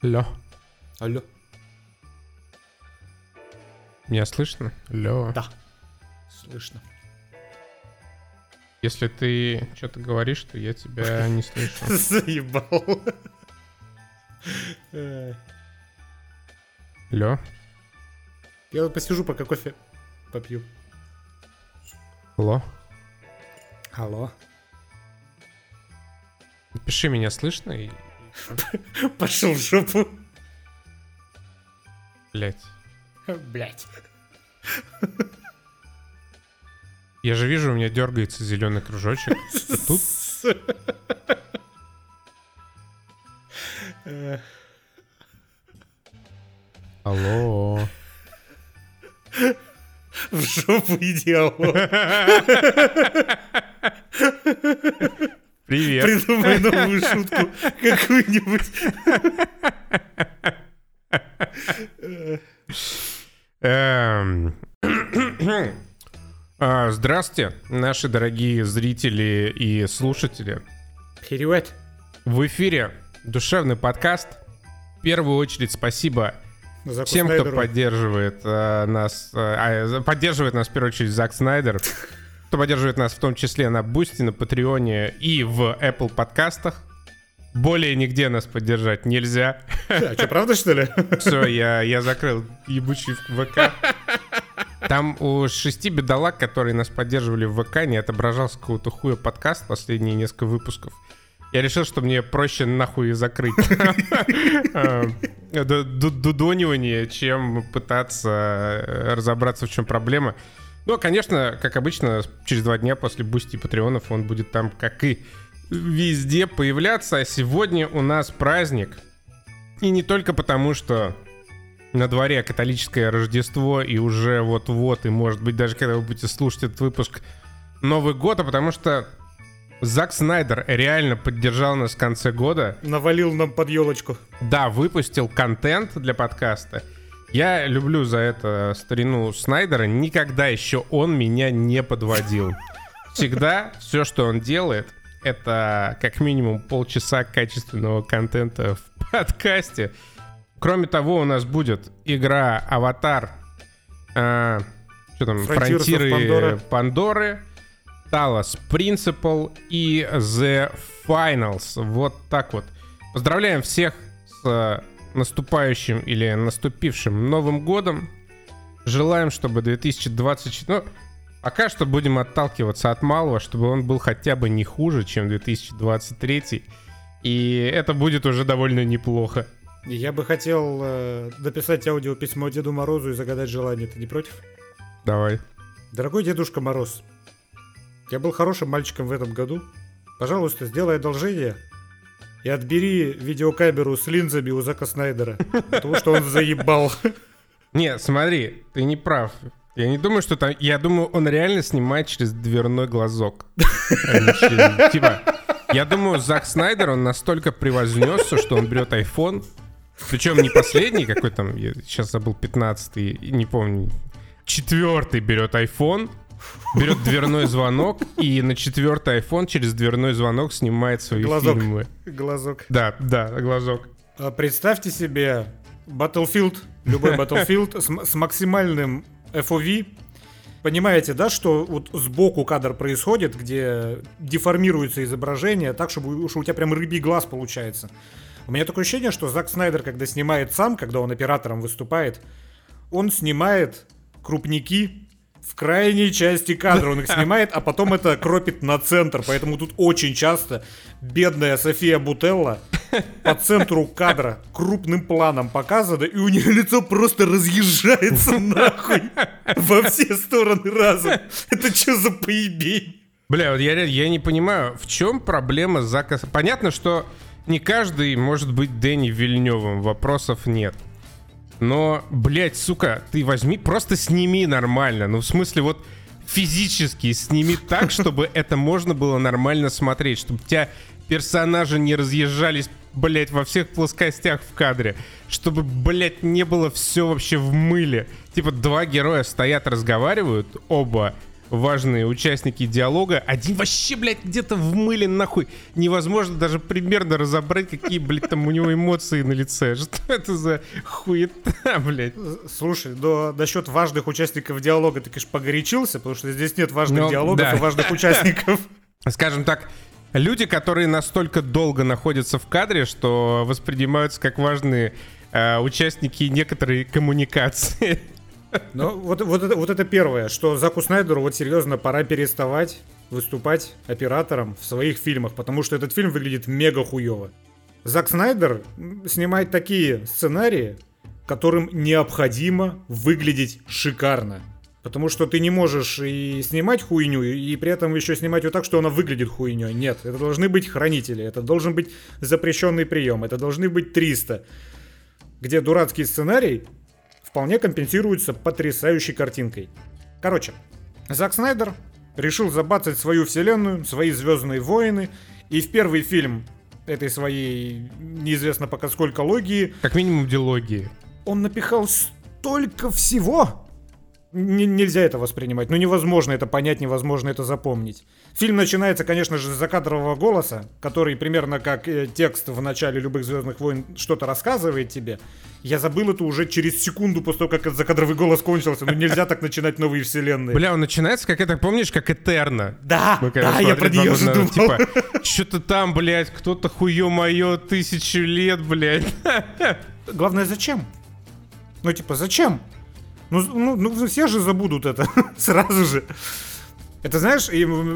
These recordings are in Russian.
Алло. Алло. Меня слышно? Алло. Да, слышно. Если ты что-то говоришь, то я тебя не слышу. Заебал. Алло. Я вот посижу, пока кофе попью. Алло. Алло. Напиши, меня слышно? И... Пошел в жопу. Блять. Блять. Я же вижу, у меня дергается зеленый кружочек. Тут? Алло. В жопу идеалу. Привет. Придумай новую шутку. Какую-нибудь. Здравствуйте, наши дорогие зрители и слушатели. Привет. В эфире душевный подкаст. В первую очередь спасибо Заку всем, кто Снайдеру. поддерживает нас. Поддерживает нас в первую очередь Зак Снайдер. Кто поддерживает нас в том числе на Бусти, на Патреоне и в Apple подкастах. Более нигде нас поддержать нельзя. А что, правда, что ли? Все, я закрыл ебучий ВК. Там у 6 бедолаг, которые нас поддерживали в ВК, не отображался какого-то хуя подкаст последние несколько выпусков. Я решил, что мне проще нахуй закрыть дудонивание, чем пытаться разобраться, в чем проблема. Но, конечно, как обычно, через 2 дня после Бусти и Патреонов он будет там, как и везде, появляться. А сегодня у нас праздник. И не только потому, что на дворе католическое Рождество, и уже вот-вот, и может быть даже когда вы будете слушать этот выпуск, Новый год, а потому что Зак Снайдер реально поддержал нас в конце года. Навалил нам под елочку. Да, выпустил контент для подкаста. Я люблю за это старину Снайдера. Никогда еще он меня не подводил. Всегда все, что он делает, это как минимум полчаса качественного контента в подкасте. Кроме того, у нас будет игра «Аватар», что там, «Фронтиры Пандоры», «Talos Principle» и «The Finals». Вот так вот. Поздравляем всех с наступающим или наступившим Новым годом. Желаем, чтобы 2024... Ну, пока что будем отталкиваться от малого, чтобы он был хотя бы не хуже, чем 2023. И это будет уже довольно неплохо. Я бы хотел дописать аудиописьмо Деду Морозу и загадать желание. Ты не против? Давай. Дорогой Дедушка Мороз, я был хорошим мальчиком в этом году. Пожалуйста, сделай одолжение и отбери видеокамеру с линзами у Зака Снайдера, потому что он заебал. Не, смотри, ты не прав. Я не думаю, что там... Я думаю, он реально снимает через дверной глазок. Типа, я думаю, Зак Снайдер, он настолько превознесся, что он берет iPhone. Причем не последний, какой там, я сейчас забыл, 15-й, не помню. 4-й берет iPhone, берет дверной звонок, и на 4-й iPhone через дверной звонок снимает свои фильмы. Глазок. Да, глазок. Представьте себе Battlefield, любой Battlefield с максимальным FOV. Понимаете, да, что вот сбоку кадр происходит, где деформируется изображение так, чтобы у тебя прям рыбий глаз получается. У меня такое ощущение, что Зак Снайдер, когда снимает сам, когда он оператором выступает, он снимает крупники в крайней части кадра. Он их снимает, а потом это кропит на центр. Поэтому тут очень часто бедная София Бутелла по центру кадра крупным планом показано, и у нее лицо просто разъезжается нахуй во все стороны разом. Это что за поебень? Бля, вот я не понимаю, в чем проблема Зака... Понятно, что не каждый может быть Дэни Вильнёвым, вопросов нет. Но, блядь, сука, ты возьми, просто сними нормально. Ну, в смысле, вот физически сними так, чтобы это можно было нормально смотреть, чтобы у тебя персонажи не разъезжались, блядь, во всех плоскостях в кадре, чтобы, блядь, не было все вообще в мыле. Типа 2 героя стоят, разговаривают, оба важные участники диалога. Один вообще, блядь, где-то в мыле нахуй. Невозможно даже примерно разобрать, какие, блядь, там у него эмоции на лице. Что это за хуета, блядь? Слушай, насчет важных участников диалога ты, конечно, погорячился, потому что здесь нет важных диалогов и важных участников. Скажем так, люди, которые настолько долго находятся в кадре, что воспринимаются как важные участники некоторой коммуникации. Ну, вот это первое, что Заку Снайдеру вот серьезно пора переставать выступать оператором в своих фильмах, потому что этот фильм выглядит мега хуёво. Зак Снайдер снимает такие сценарии, которым необходимо выглядеть шикарно. Потому что ты не можешь и снимать хуйню, и при этом еще снимать вот так, что она выглядит хуйней. Нет, это должны быть хранители, это должен быть запрещенный прием, это должны быть 300, где дурацкий сценарий вполне компенсируется потрясающей картинкой. Короче, Зак Снайдер решил забацать свою вселенную, свои Звездные войны, и в первый фильм этой своей неизвестно пока сколько логии, как минимум дилогии, он напихал столько всего. Нельзя это воспринимать, ну невозможно это понять, невозможно это запомнить. Фильм начинается, конечно же, с закадрового голоса, который примерно как текст в начале любых «Звездных войн» что-то рассказывает тебе. Я забыл это уже через секунду после того, как этот закадровый голос кончился. Ну нельзя так начинать новые вселенные. Бля, он начинается, как это, помнишь, как Этерна? Да, я про нее же думал. Типа, что-то там, блядь, кто-то хуё моё 1000 лет, блядь. Главное, зачем? Ну типа, зачем? Ну, все же забудут это сразу же. Это знаешь,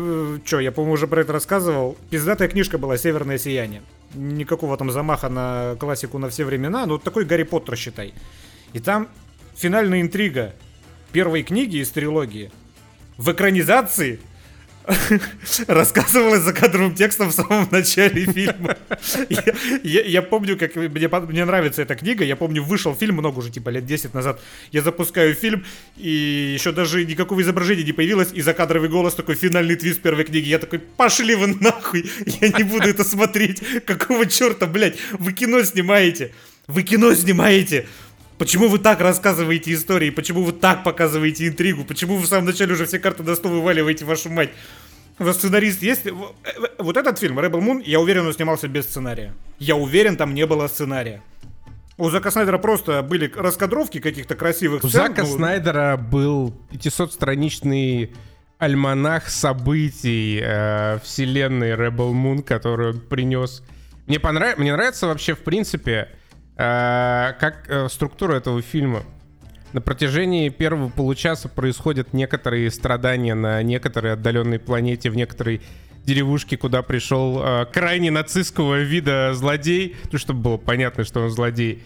я, по-моему, уже про это рассказывал. Пиздатая книжка была «Северное сияние». Никакого там замаха на классику на все времена, но вот такой Гарри Поттер, считай. И там финальная интрига первой книги из трилогии в экранизации рассказывалось закадровым текстом в самом начале фильма. Я помню, как мне нравится эта книга. Я помню, вышел фильм много уже, типа лет 10 назад. Я запускаю фильм, и еще даже никакого изображения не появилось, и закадровый голос такой, финальный твист первой книги. Я такой, пошли вы нахуй, я не буду это смотреть. Какого черта, блядь, вы кино снимаете? Вы кино снимаете! Почему вы так рассказываете истории? Почему вы так показываете интригу? Почему вы в самом начале уже все карты на стол вываливаете, вашу мать? У вас сценарист есть? Вот этот фильм, Rebel Moon, я уверен, он снимался без сценария. Я уверен, там не было сценария. У Зака Снайдера просто были раскадровки каких-то красивых сцен. У Зака Снайдера был 500-страничный альманах событий вселенной Rebel Moon, который он принес. Мне нравится вообще, в принципе, как структура этого фильма. На протяжении первого получаса происходят некоторые страдания на некоторой отдаленной планете, в некоторой деревушке, куда пришел крайне нацистского вида злодей, ну, чтобы было понятно, что он злодей,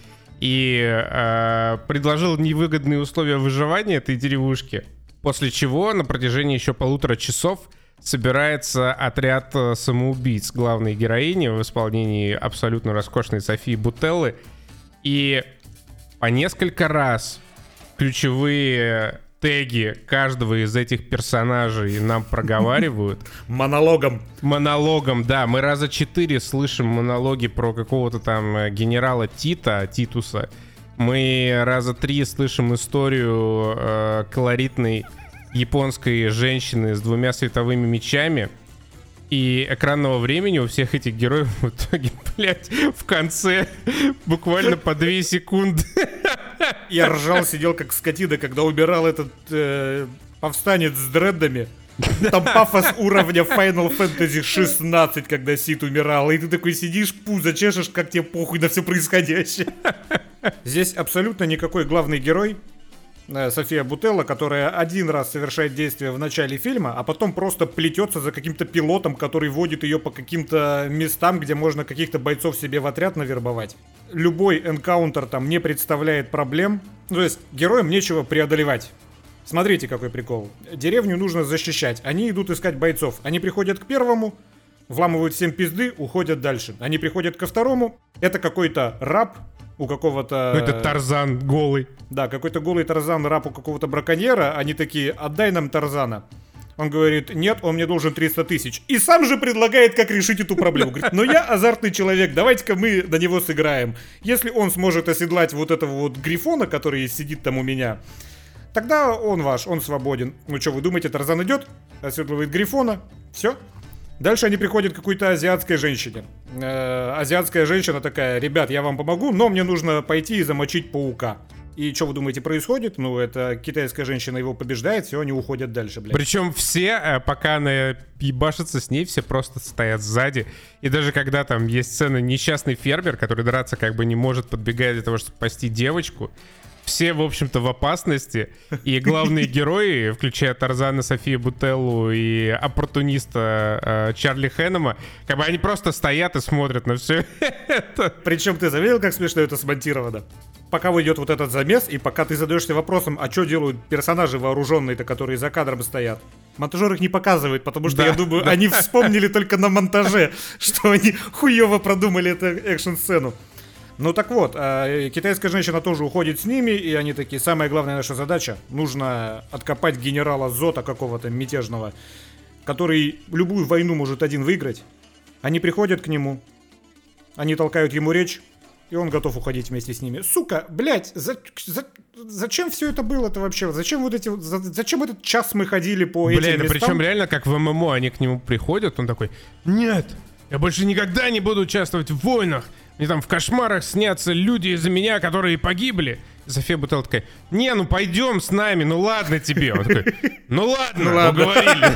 и предложил невыгодные условия выживания этой деревушки, после чего на протяжении еще 1,5 часов собирается отряд самоубийц главной героини в исполнении абсолютно роскошной Софии Бутеллы. И по несколько раз ключевые теги каждого из этих персонажей нам проговаривают. Монологом, да. Мы раза 4 слышим монологи про какого-то там генерала Титуса. Мы раза 3 слышим историю колоритной японской женщины с 2 световыми мечами. И экранного времени у всех этих героев в итоге, блядь, в конце буквально по 2 секунды. Я ржал, сидел как скотина, когда убирал этот повстанец с дреддами. Там пафос уровня Final Fantasy 16, когда Сид умирал. И ты такой сидишь, пузо чешешь, как тебе похуй на все происходящее. Здесь абсолютно никакой главный герой, София Бутелла, которая один раз совершает действие в начале фильма, а потом просто плетется за каким-то пилотом, который водит ее по каким-то местам, где можно каких-то бойцов себе в отряд навербовать. Любой энкаунтер там не представляет проблем. То есть героям нечего преодолевать. Смотрите, какой прикол. Деревню нужно защищать. Они идут искать бойцов. Они приходят к первому, вламывают всем пизды, уходят дальше. Они приходят ко второму. Это какой-то раб у какого-то... Какой-то Тарзан голый. Да, какой-то голый Тарзан, раб у какого-то браконьера. Они такие, отдай нам Тарзана. Он говорит, нет, он мне должен 300 тысяч. И сам же предлагает, как решить эту проблему. Говорит, но я азартный человек, давайте-ка мы на него сыграем. Если он сможет оседлать вот этого вот грифона, который сидит там у меня, Тогда он ваш, он свободен. Ну что, вы думаете, Тарзан идет, оседлывает Грифона, все. Дальше они приходят к какой-то азиатской женщине. Азиатская женщина такая: ребят, я вам помогу, но мне нужно пойти и замочить паука. И что вы думаете происходит? Ну, это китайская женщина его побеждает, все, они уходят дальше, блядь. Причем все, пока она ебашится с ней, все просто стоят сзади. И даже когда там есть сцена несчастный фермер, который драться как бы не может, подбегает для того, чтобы спасти девочку, все, в общем-то, в опасности. И главные герои, включая Тарзана, Софию Бутеллу и оппортуниста Чарли Хэннема, как бы они просто стоят и смотрят на все это. Причем ты заметил, как смешно это смонтировано? Пока идет вот этот замес, и пока ты задаешься вопросом, а что делают персонажи вооруженные-то, которые за кадром стоят, монтажер их не показывает, потому что, я думаю, они вспомнили только на монтаже, что они хуево продумали эту экшн-сцену. Ну так вот, китайская женщина тоже уходит с ними, и они такие: самая главная наша задача, нужно откопать генерала Зота какого-то мятежного, который любую войну может один выиграть. Они приходят к нему, они толкают ему речь, и он готов уходить вместе с ними. Сука, блять, зачем все это было-то вообще? Зачем этот час мы ходили по этим местам? Причем реально как в ММО, они к нему приходят, он такой: нет, я больше никогда не буду участвовать в войнах. Мне там в кошмарах снятся люди из-за меня, которые погибли. София Бутелла такая: не, ну пойдем с нами, ну ладно тебе. Он такой: ну ладно, уговорили.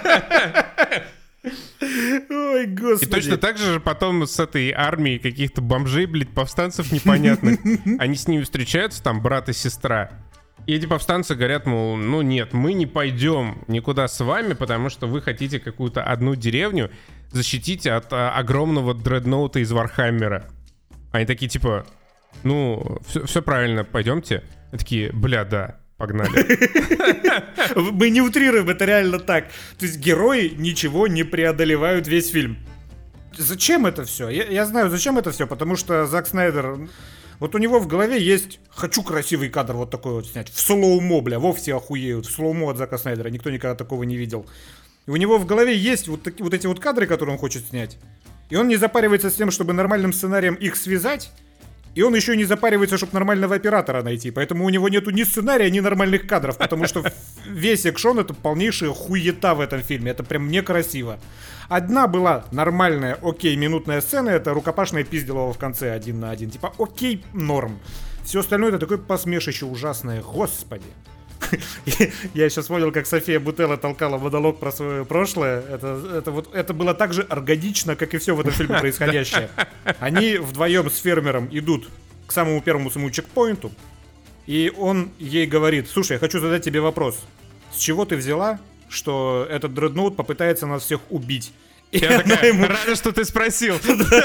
Ой, господи. И точно так же потом с этой армией каких-то бомжей, блядь, повстанцев непонятных, они с ними встречаются, там брат и сестра. И эти повстанцы говорят, мол, ну нет, мы не пойдем никуда с вами, потому что вы хотите какую-то одну деревню защитить от огромного дредноута из Вархаммера. Они такие типа: ну, все правильно, пойдемте. Они такие: бля, да, погнали. Мы не утрируем, это реально так. То есть герои ничего не преодолевают весь фильм. Зачем это все? Я знаю, зачем это все, потому что Зак Снайдер... Вот у него в голове есть: хочу красивый кадр вот такой вот снять. В слоумо, бля, вовсе охуеют. В слоумо от Зака Снайдера. Никто никогда такого не видел. И у него в голове есть вот эти вот кадры, которые он хочет снять. И он не запаривается с тем, чтобы нормальным сценарием их связать. И он еще не запаривается, чтобы нормального оператора найти. Поэтому у него нету ни сценария, ни нормальных кадров. Потому что весь экшон — это полнейшая хуета в этом фильме. Это прям некрасиво. Одна была нормальная, окей, минутная сцена. Это рукопашная пизделова в конце 1 на 1. Типа окей, норм. Все остальное — это такое посмешище ужасное. Господи. Я сейчас понял, как София Бутелла толкала монолог про свое прошлое. Это было так же органично, как и все в этом фильме происходящее. Они вдвоем с фермером идут к самому первому своему чекпоинту, и он ей говорит: слушай, я хочу задать тебе вопрос. С чего ты взяла, что этот дредноут попытается нас всех убить? Я такая: рада, что ты спросил.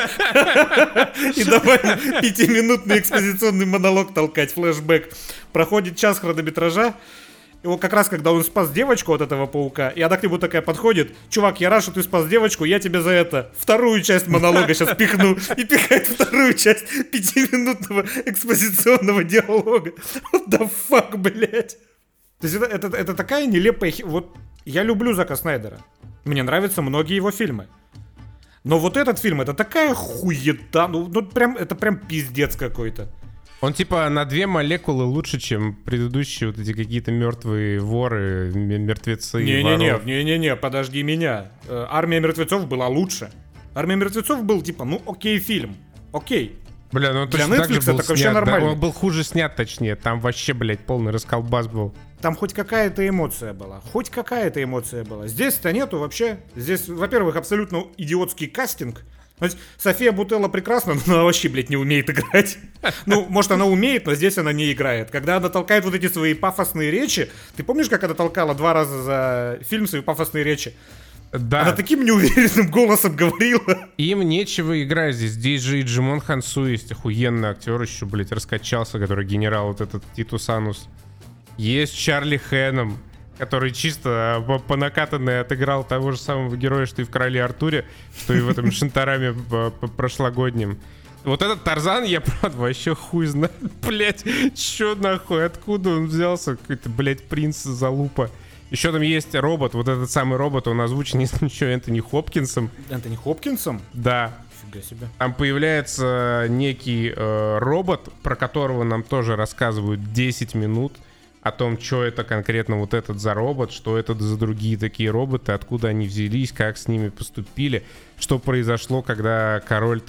И давай 5-минутный экспозиционный монолог толкать, флешбэк. Проходит час хронометража. И вот как раз когда он спас девочку от этого паука, и она к нему такая подходит: чувак, я рад, что ты спас девочку, я тебе за это вторую часть монолога сейчас пихну. И пихает вторую часть 5-минутного экспозиционного диалога. What the fuck, блять. То есть это такая нелепая... Вот я люблю Зака Снайдера. Мне нравятся многие его фильмы. Но вот этот фильм — это такая хуета. Ну прям, это прям пиздец какой-то. Он типа на 2 молекулы лучше, чем предыдущие вот эти какие-то мертвые воры, мертвецы. Не-не-не, подожди меня. «Армия мертвецов» была лучше. «Армия мертвецов» был типа, ну окей фильм. Окей. Бля, ну для Netflix это вообще нормально. Да, он был хуже снят, точнее. Там вообще, блядь, полный расколбас был. Там хоть какая-то эмоция была. Здесь-то нету вообще. Здесь, во-первых, абсолютно идиотский кастинг. София Бутелла прекрасна, но она вообще, блядь, не умеет играть. Ну, может, она умеет, но здесь она не играет. Когда она толкает вот эти свои пафосные речи... Ты помнишь, как она толкала 2 раза за фильм свои пафосные речи? Да. Она таким неуверенным голосом говорила. Им нечего играть здесь. Здесь же и Джимон Хансу есть охуенный актер еще, блядь, раскачался, который генерал вот этот Титус Анус. Есть Чарли Хэннем, который чисто по накатанной отыграл того же самого героя, что и в «Короле Артуре», что и в этом Шантараме прошлогоднем. Вот этот Тарзан, я правда вообще хуй знаю, блять, чё нахуй, откуда он взялся, какой-то, блять, принц залупа. Еще там есть робот, вот этот самый робот, он озвучен, если ничего, Энтони Хопкинсом. Энтони Хопкинсом? Да. Фига себе. Там появляется некий робот, про которого нам тоже рассказывают 10 минут. о том, что это конкретно вот этот за робот, что это за другие такие роботы, откуда они взялись, как с ними поступили, что произошло, когда король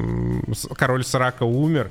Срака умер,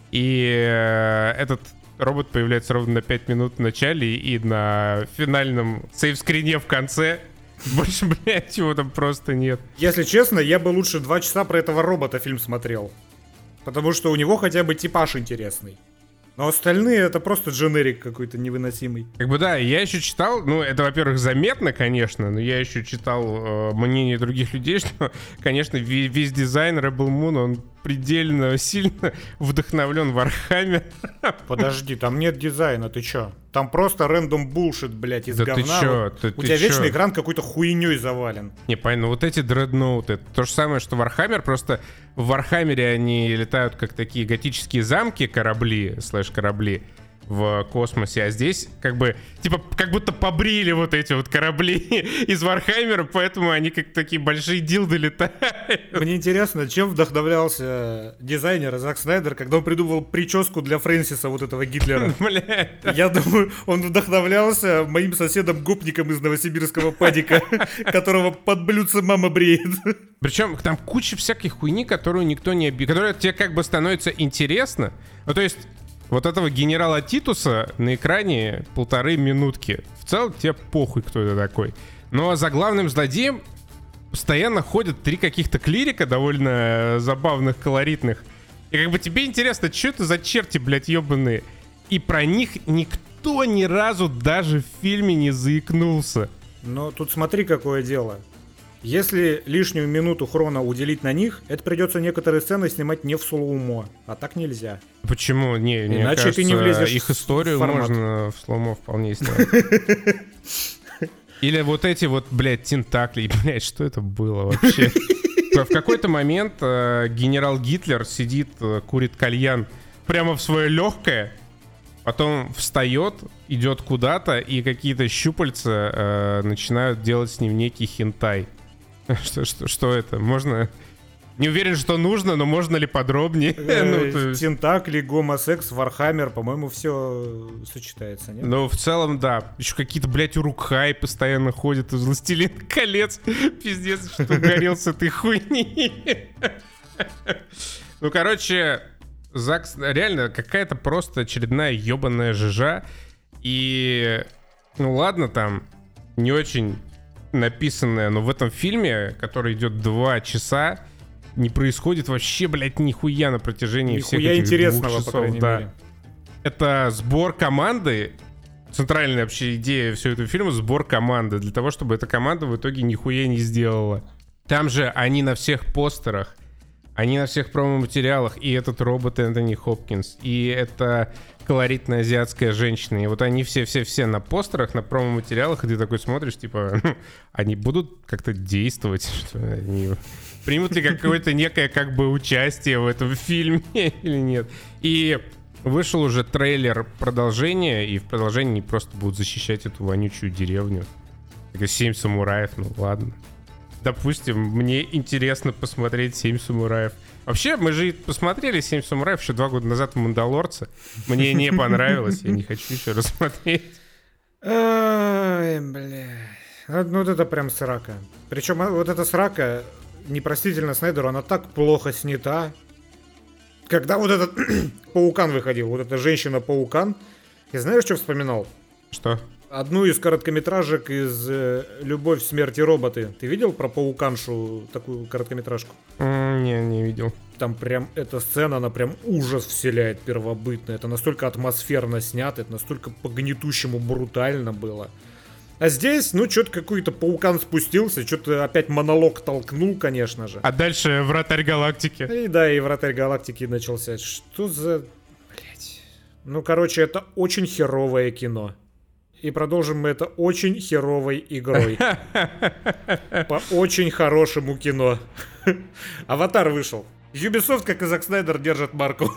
и этот робот появляется ровно на 5 минут в начале и на финальном сейв-скрине в конце. Больше, блядь, его там просто нет. Если честно, я бы лучше 2 часа про этого робота фильм смотрел. Потому что у него хотя бы типаж интересный. Но остальные это просто дженерик какой-то невыносимый. Как бы да, я еще читал, ну это, во-первых, заметно, конечно, но я еще читал мнение других людей, что, конечно, весь дизайн Rebel Moon, он предельно сильно вдохновлен Warhammer. Подожди, там нет дизайна, ты чё? Там просто рэндом булшит, блядь, из говна. Ты чё? У тебя вечный экран какой-то хуйней завален. Не, понятно, вот эти дредноуты, то же самое, что Warhammer, просто в Warhammer они летают как такие готические замки, корабли, слэш-корабли в космосе, а здесь как бы, типа, как будто побрили вот эти вот корабли из Warhammer, поэтому они как такие большие дилды летают. Мне интересно, чем вдохновлялся дизайнер Зак Снайдер, когда он придумывал прическу для Фрэнсиса, вот этого Гитлера. Я думаю, он вдохновлялся моим соседом-гопником из новосибирского падика, которого под блюдце мама бреет. Причем там куча всякой хуйни, которую никто не объясняет, которая тебе как бы становится интересно. Ну, то есть вот этого генерала Титуса на экране 1,5 минутки. В целом тебе похуй, кто это такой. Но за главным злодеем постоянно ходят 3 каких-то клирика, довольно забавных, колоритных. И как бы тебе интересно, что это за черти, блядь, ебаные. И про них никто ни разу даже в фильме не заикнулся. Но тут смотри, какое дело. Если лишнюю минуту хрона уделить на них, это придется некоторые сцены снимать не в слоумо, а так нельзя. Почему? Не, мне иначе кажется, ты не влезешь их историю в формат. можно в слоумо вполне снять. Или вот эти вот, блядь, тентакли. Блядь, что это было вообще? В какой-то момент генерал Гитлер сидит, курит кальян прямо в свое легкое, потом встает, идет куда-то, и какие-то щупальца начинают делать с ним некий хентай. Что это? Можно... Не уверен, что нужно, но можно ли подробнее? Тентакли, гомосекс, Вархаммер, по-моему, все сочетается, нет? Ну, в целом, да. Еще какие-то, блядь, урукхай постоянно ходят из «Властелин колец». Пиздец, что угорел с этой хуйни. Ну, короче, Зак реально какая-то просто очередная ебаная жижа. И, ну ладно, там не очень написанное, но в этом фильме, который идет 2 часа, не происходит вообще, блядь, нихуя на протяжении всех этих интересного, 2 часов. по крайней мере. Это сбор команды. Центральная вообще идея всего этого фильма — сбор команды. Для того, чтобы эта команда в итоге нихуя не сделала. Там же они на всех постерах, они на всех промо-материалах, и этот робот Энтони Хопкинс, и это колоритная азиатская женщина. И вот они все на постерах, на промо-материалах, и ты такой смотришь, типа, они будут как-то действовать, что они примут ли какое-то некое как бы участие в этом фильме или нет. И вышел уже трейлер продолжения, и в продолжении они просто будут защищать эту вонючую деревню. Так, 7 самураев, ну ладно. Допустим, мне интересно посмотреть 7 самураев. Вообще, мы же посмотрели 7 самураев еще 2 года назад в «Мандалорце». Мне не понравилось, я не хочу еще рассмотреть. Ой, бля. Ну вот это прям срака. Причем вот эта срака, непростительно Снайдеру, она так плохо снята. Когда вот этот Паукан выходил, вот эта женщина-паукан, я знаешь, что вспоминал? Что? Одну из короткометражек из «Любовь, смерть и роботы». Ты видел про пауканшу такую короткометражку? Не видел. Там прям эта сцена, она прям ужас вселяет первобытно. Это настолько атмосферно снято, это настолько по-гнетущему брутально было. А здесь, ну, что-то какой-то паукан спустился, что-то опять монолог толкнул, конечно же. А дальше «Вратарь галактики». И да, и «Вратарь галактики» начался. Что за... Блять. Ну, короче, это очень херовое кино. И продолжим мы это очень херовой игрой. По очень хорошему кино. «Аватар» вышел. Ubisoft, как и Зак Снайдер, держат марку.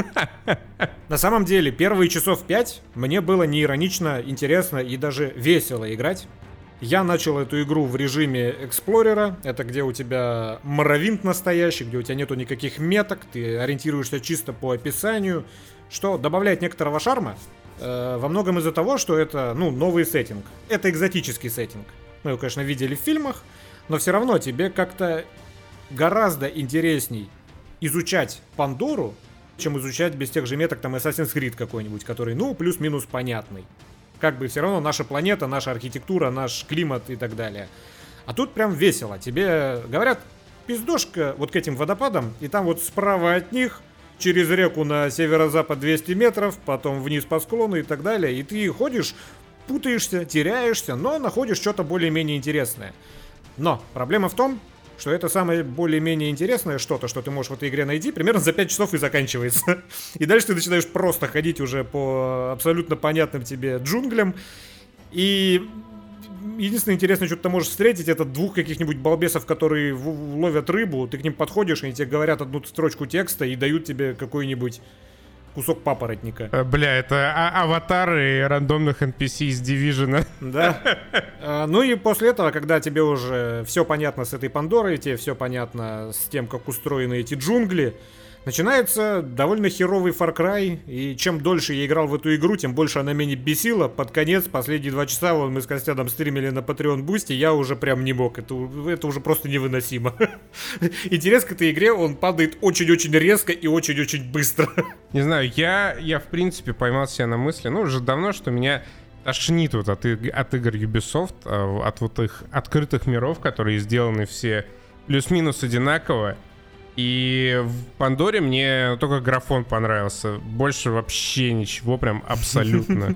На самом деле, первые часов 5 мне было неиронично, интересно и даже весело играть. Я начал эту игру в режиме эксплорера. Это где у тебя моровинт настоящий, где у тебя нету никаких меток, ты ориентируешься чисто по описанию, что добавляет некоторого шарма. Во многом из-за того, что это, новый сеттинг. Это экзотический сеттинг. Мы его, конечно, видели в фильмах, но все равно тебе как-то гораздо интересней изучать Пандору, чем изучать без тех же меток там Assassin's Creed какой-нибудь, который, плюс-минус понятный. Как бы все равно наша планета, наша архитектура, наш климат и так далее. А тут прям весело. Тебе говорят, пиздошка вот к этим водопадам, и там вот справа от них, через реку на северо-запад 200 метров, потом вниз по склону и так далее. И ты ходишь, путаешься, теряешься, но находишь что-то более-менее интересное. Но проблема в том, что это самое более-менее интересное что-то, что ты можешь в этой игре найти, примерно за 5 часов и заканчивается. И дальше ты начинаешь просто ходить уже по абсолютно понятным тебе джунглям. И единственное интересное, что ты можешь встретить, это двух каких-нибудь балбесов, которые ловят рыбу. Ты к ним подходишь, и они тебе говорят одну строчку текста и дают тебе какой-нибудь кусок папоротника. Бля, это аватары рандомных NPC из Division. Да. Ну и после этого, когда тебе уже все понятно с этой Пандорой, тебе все понятно с тем, как устроены эти джунгли, начинается довольно херовый Far Cry, и чем дольше я играл в эту игру, тем больше она меня бесила. Под конец, последние 2 часа, мы с Костяном стримили на Patreon Boosty, я уже прям не мог, это уже просто невыносимо. Интерес к этой игре, он падает очень-очень резко и очень-очень быстро. Не знаю, я в принципе поймал себя на мысли, уже давно, что меня тошнит вот от игр Ubisoft, от вот их открытых миров, которые сделаны все плюс-минус одинаково. И в Пандоре мне только графон понравился. Больше вообще ничего, прям абсолютно.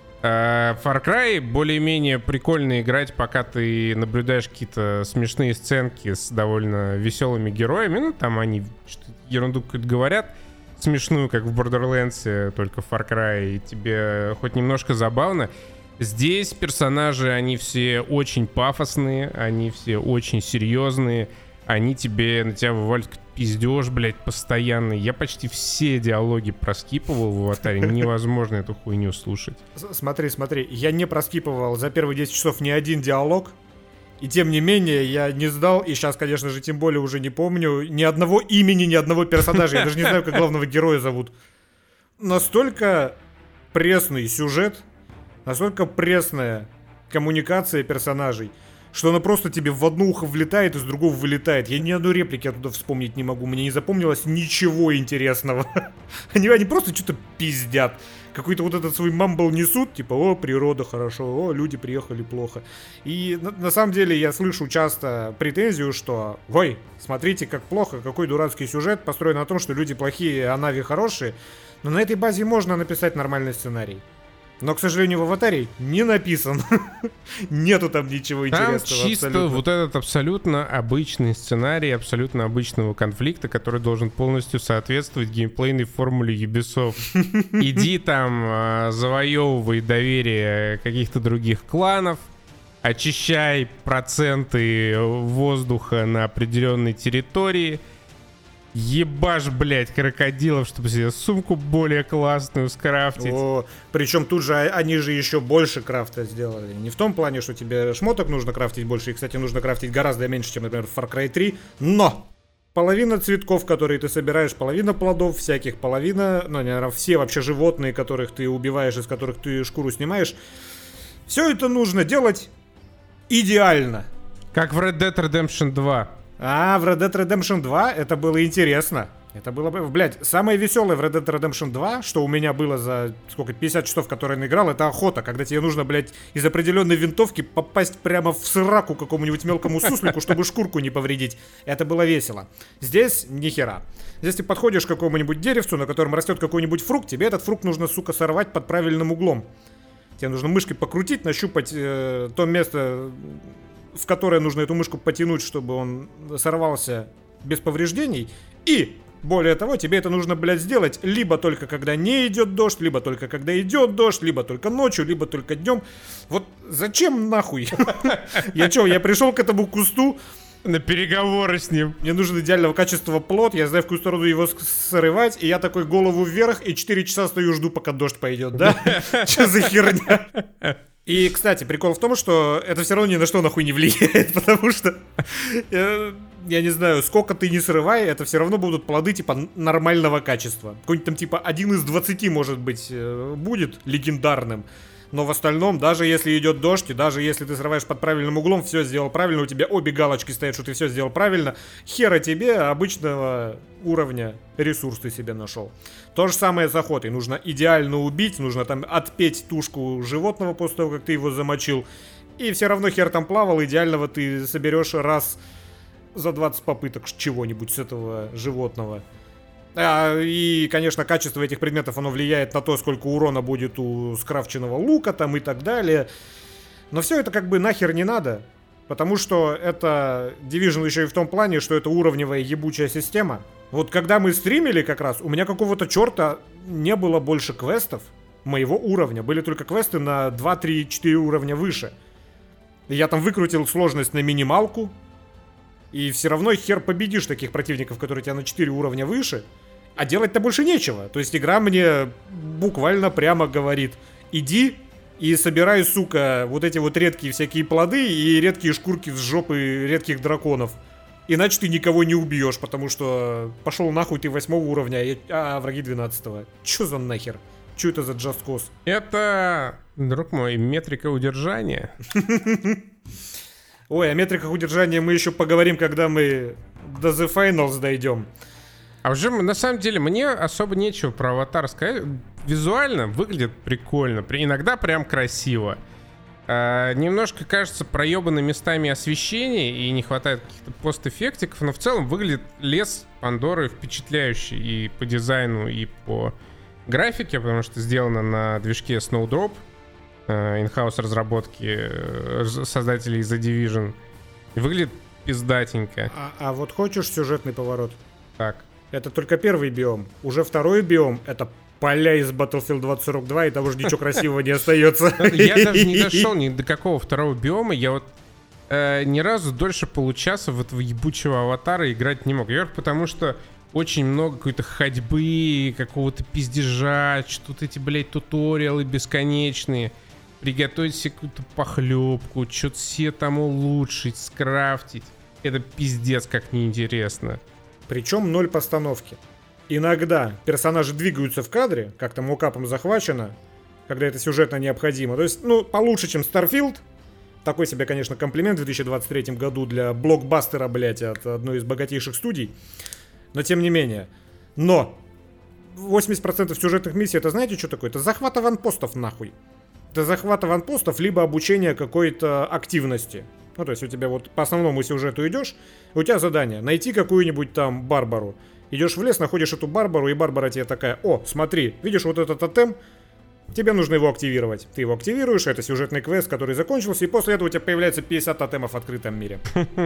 Far Cry более-менее прикольно играть, пока ты наблюдаешь какие-то смешные сценки с довольно веселыми героями. Там они ерунду какую-то говорят, смешную, как в Borderlands, только в Far Cry, и тебе хоть немножко забавно. Здесь персонажи, они все очень пафосные, они все очень серьезные. Они на тебя вываливают пиздеж, блядь, постоянный. Я почти все диалоги проскипывал в аватаре. Невозможно эту хуйню слушать. Смотри. Я не проскипывал за первые 10 часов ни один диалог. И тем не менее, я не сдал. И сейчас, конечно же, тем более уже не помню ни одного имени, ни одного персонажа. Я даже не знаю, как главного героя зовут. Настолько пресный сюжет, настолько пресная коммуникация персонажей, что она просто тебе в одно ухо влетает, из другого вылетает. Я ни одной реплики оттуда вспомнить не могу. Мне не запомнилось ничего интересного. Они просто что-то пиздят. Какой-то вот этот свой мамбл несут, типа, о, природа хорошо, о, люди приехали плохо. И на самом деле я слышу часто претензию, что, ой, смотрите, как плохо, какой дурацкий сюжет, построен на том, что люди плохие, а Нави хорошие. Но на этой базе можно написать нормальный сценарий. Но, к сожалению, в аватаре не написан. Нету там ничего интересного. Там чисто абсолютно вот этот абсолютно обычный сценарий абсолютно обычного конфликта, который должен полностью соответствовать геймплейной формуле Ubisoft. Иди там, завоевывай доверие каких-то других кланов, очищай проценты воздуха на определенной территории, ебашь, блядь, крокодилов, чтобы себе сумку более классную скрафтить. Причем тут же они же еще больше крафта сделали. Не в том плане, что тебе шмоток нужно крафтить больше, и, кстати, нужно крафтить гораздо меньше, чем, например, в Far Cry 3, но половина цветков, которые ты собираешь, половина плодов всяких, половина, наверное, все вообще животные, которых ты убиваешь, из которых ты шкуру снимаешь, все это нужно делать идеально. Как в Red Dead Redemption 2. В Red Dead Redemption 2 это было интересно. Это было бы... Блядь, самое веселое в Red Dead Redemption 2, что у меня было за, 50 часов, которые я наиграл, это охота. Когда тебе нужно, блядь, из определенной винтовки попасть прямо в сраку какому-нибудь мелкому суслику, чтобы шкурку не повредить. Это было весело. Здесь ни хера. Здесь ты подходишь к какому-нибудь деревцу, на котором растет какой-нибудь фрукт, тебе этот фрукт нужно, сука, сорвать под правильным углом. Тебе нужно мышкой покрутить, нащупать то место, в которое нужно эту мышку потянуть, чтобы он сорвался без повреждений. И, более того, тебе это нужно, блядь, сделать либо только когда не идет дождь, либо только когда идет дождь, либо только ночью, либо только днем. Вот зачем нахуй? Я пришел к этому кусту на переговоры с ним. Мне нужен идеального качества плод, я знаю, в какую сторону его срывать, и я такой голову вверх, и 4 часа стою, жду, пока дождь пойдет, да? Что за херня? И, кстати, прикол в том, что это все равно ни на что нахуй не влияет, потому что я не знаю, сколько ты не срывай, это все равно будут плоды типа нормального качества. Какой-нибудь там типа 1 из 20, может быть, будет легендарным. Но в остальном, даже если идет дождь, и даже если ты срываешь под правильным углом, все сделал правильно, у тебя обе галочки стоят, что ты все сделал правильно, хера тебе обычного уровня ресурс ты себе нашел. То же самое с охотой. Нужно идеально убить, нужно там отпеть тушку животного после того, как ты его замочил. И все равно хер там плавал, идеального ты соберешь раз за 20 попыток чего-нибудь с этого животного. И, конечно, качество этих предметов, оно влияет на то, сколько урона будет у скрафченного лука там и так далее. Но все это как бы нахер не надо, потому что это Division еще и в том плане, что это уровневая ебучая система. Вот когда мы стримили как раз, у меня какого-то черта не было больше квестов моего уровня. Были только квесты на 2, 3, 4 уровня выше. И я там выкрутил сложность на минималку. И все равно хер победишь таких противников, которые тебя на 4 уровня выше. А делать-то больше нечего. То есть игра мне буквально прямо говорит: иди и собирай, сука, вот эти вот редкие всякие плоды и редкие шкурки с жопы редких драконов. Иначе ты никого не убьешь, потому что пошел нахуй ты 8 уровня, а враги 12-го. Чё за нахер? Чё это за Just Cause? Это, друг мой, метрика удержания. Ой, о метриках удержания мы еще поговорим, когда мы до The Finals дойдем. А уже, на самом деле, мне особо нечего про Аватар сказать. Визуально выглядит прикольно, иногда прям красиво. Немножко, кажется, проебаны местами освещения и не хватает каких-то постэффектиков, но в целом выглядит лес Пандоры впечатляющий и по дизайну, и по графике, потому что сделано на движке Snowdrop, in-house разработки создателей The Division. И выглядит пиздатенько. А вот хочешь сюжетный поворот? Так. Это только первый биом. Уже второй биом — это поля из Battlefield 2042, и того же ничего красивого не остается. Я даже не дошел ни до какого второго биома. Я вот ни разу дольше получаса в этого ебучего Аватара играть не мог. Во-первых, потому что очень много какой-то ходьбы, какого-то пиздежа, что-то эти, блядь, туториалы бесконечные. Приготовить себе какую-то похлебку, что-то себе там улучшить, скрафтить. Это пиздец как неинтересно. Причем 0 постановки. Иногда персонажи двигаются в кадре, как там мокапом захвачено, когда это сюжетно необходимо. То есть, получше, чем Starfield. Такой себе, конечно, комплимент в 2023 году для блокбастера, блять, от одной из богатейших студий. Но тем не менее. Но 80% сюжетных миссий, это знаете, что такое? Это захват аванпостов нахуй. Это захват аванпостов, либо обучение какой-то активности. То есть у тебя вот по основному сюжету идешь, у тебя задание найти какую-нибудь там барбару. Идешь в лес, находишь эту барбару, и барбара тебе такая: о, смотри, видишь вот этот тотем? Тебе нужно его активировать. Ты его активируешь, это сюжетный квест, который закончился, и после этого у тебя появляется 50 тотемов в открытом мире.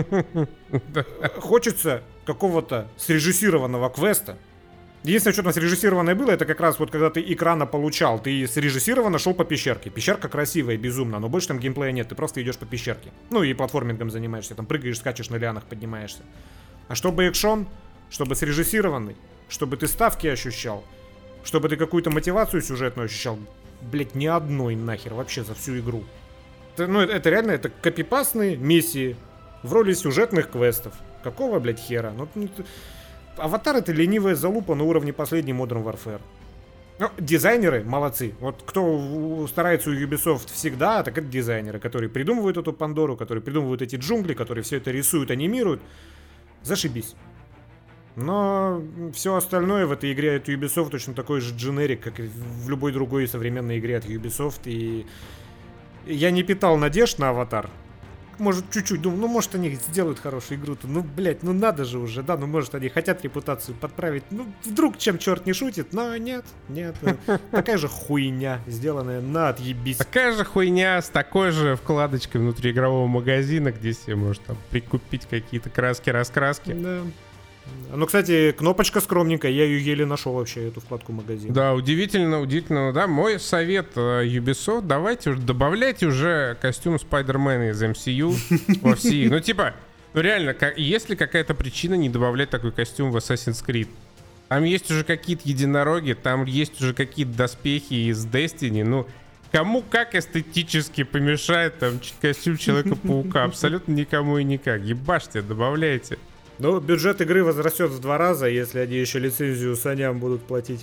Хочется какого-то срежиссированного квеста. Единственное, что там срежиссированное было, это как раз вот когда ты экрана получал, ты срежиссированно шел по пещерке. Пещерка красивая, безумно, но больше там геймплея нет, ты просто идешь по пещерке. И платформингом занимаешься, там прыгаешь, скачешь, на лианах поднимаешься. А чтобы экшон, чтобы срежиссированный, чтобы ты ставки ощущал, чтобы ты какую-то мотивацию сюжетную ощущал, блять, ни одной нахер вообще за всю игру. Это реально, это копипастные миссии в роли сюжетных квестов. Какого, блять, хера? Аватар — это ленивая залупа на уровне последней Modern Warfare. Дизайнеры молодцы. Вот кто старается у Ubisoft всегда, так это дизайнеры, которые придумывают эту Пандору, которые придумывают эти джунгли, которые все это рисуют, анимируют. Зашибись. Но все остальное в этой игре от Ubisoft точно такой же дженерик, как и в любой другой современной игре от Ubisoft. И я не питал надежд на Аватар. Может, чуть-чуть, думаю, может, они сделают хорошую игру-то. Надо же уже, да, может, они хотят репутацию подправить. Вдруг чем черт не шутит, но нет. Такая же хуйня, сделанная на отъебись. Такая же хуйня с такой же вкладочкой внутри игрового магазина, где себе можно там прикупить какие-то краски-раскраски. Да. Кстати, кнопочка скромненькая, я ее еле нашел вообще, эту вкладку магазина. Да, удивительно, да. Мой совет Ubisoft: давайте уже добавляйте уже костюм Спайдермена из MCU во все. Реально, есть ли какая-то причина не добавлять такой костюм в Assassin's Creed? Там есть уже какие-то единороги, там есть уже какие-то доспехи из Destiny, кому как эстетически помешает там костюм Человека-паука? Абсолютно никому и никак. Ебашьте, добавляйте. Ну, бюджет игры возрастет в 2 раза, если они еще лицензию саням будут платить.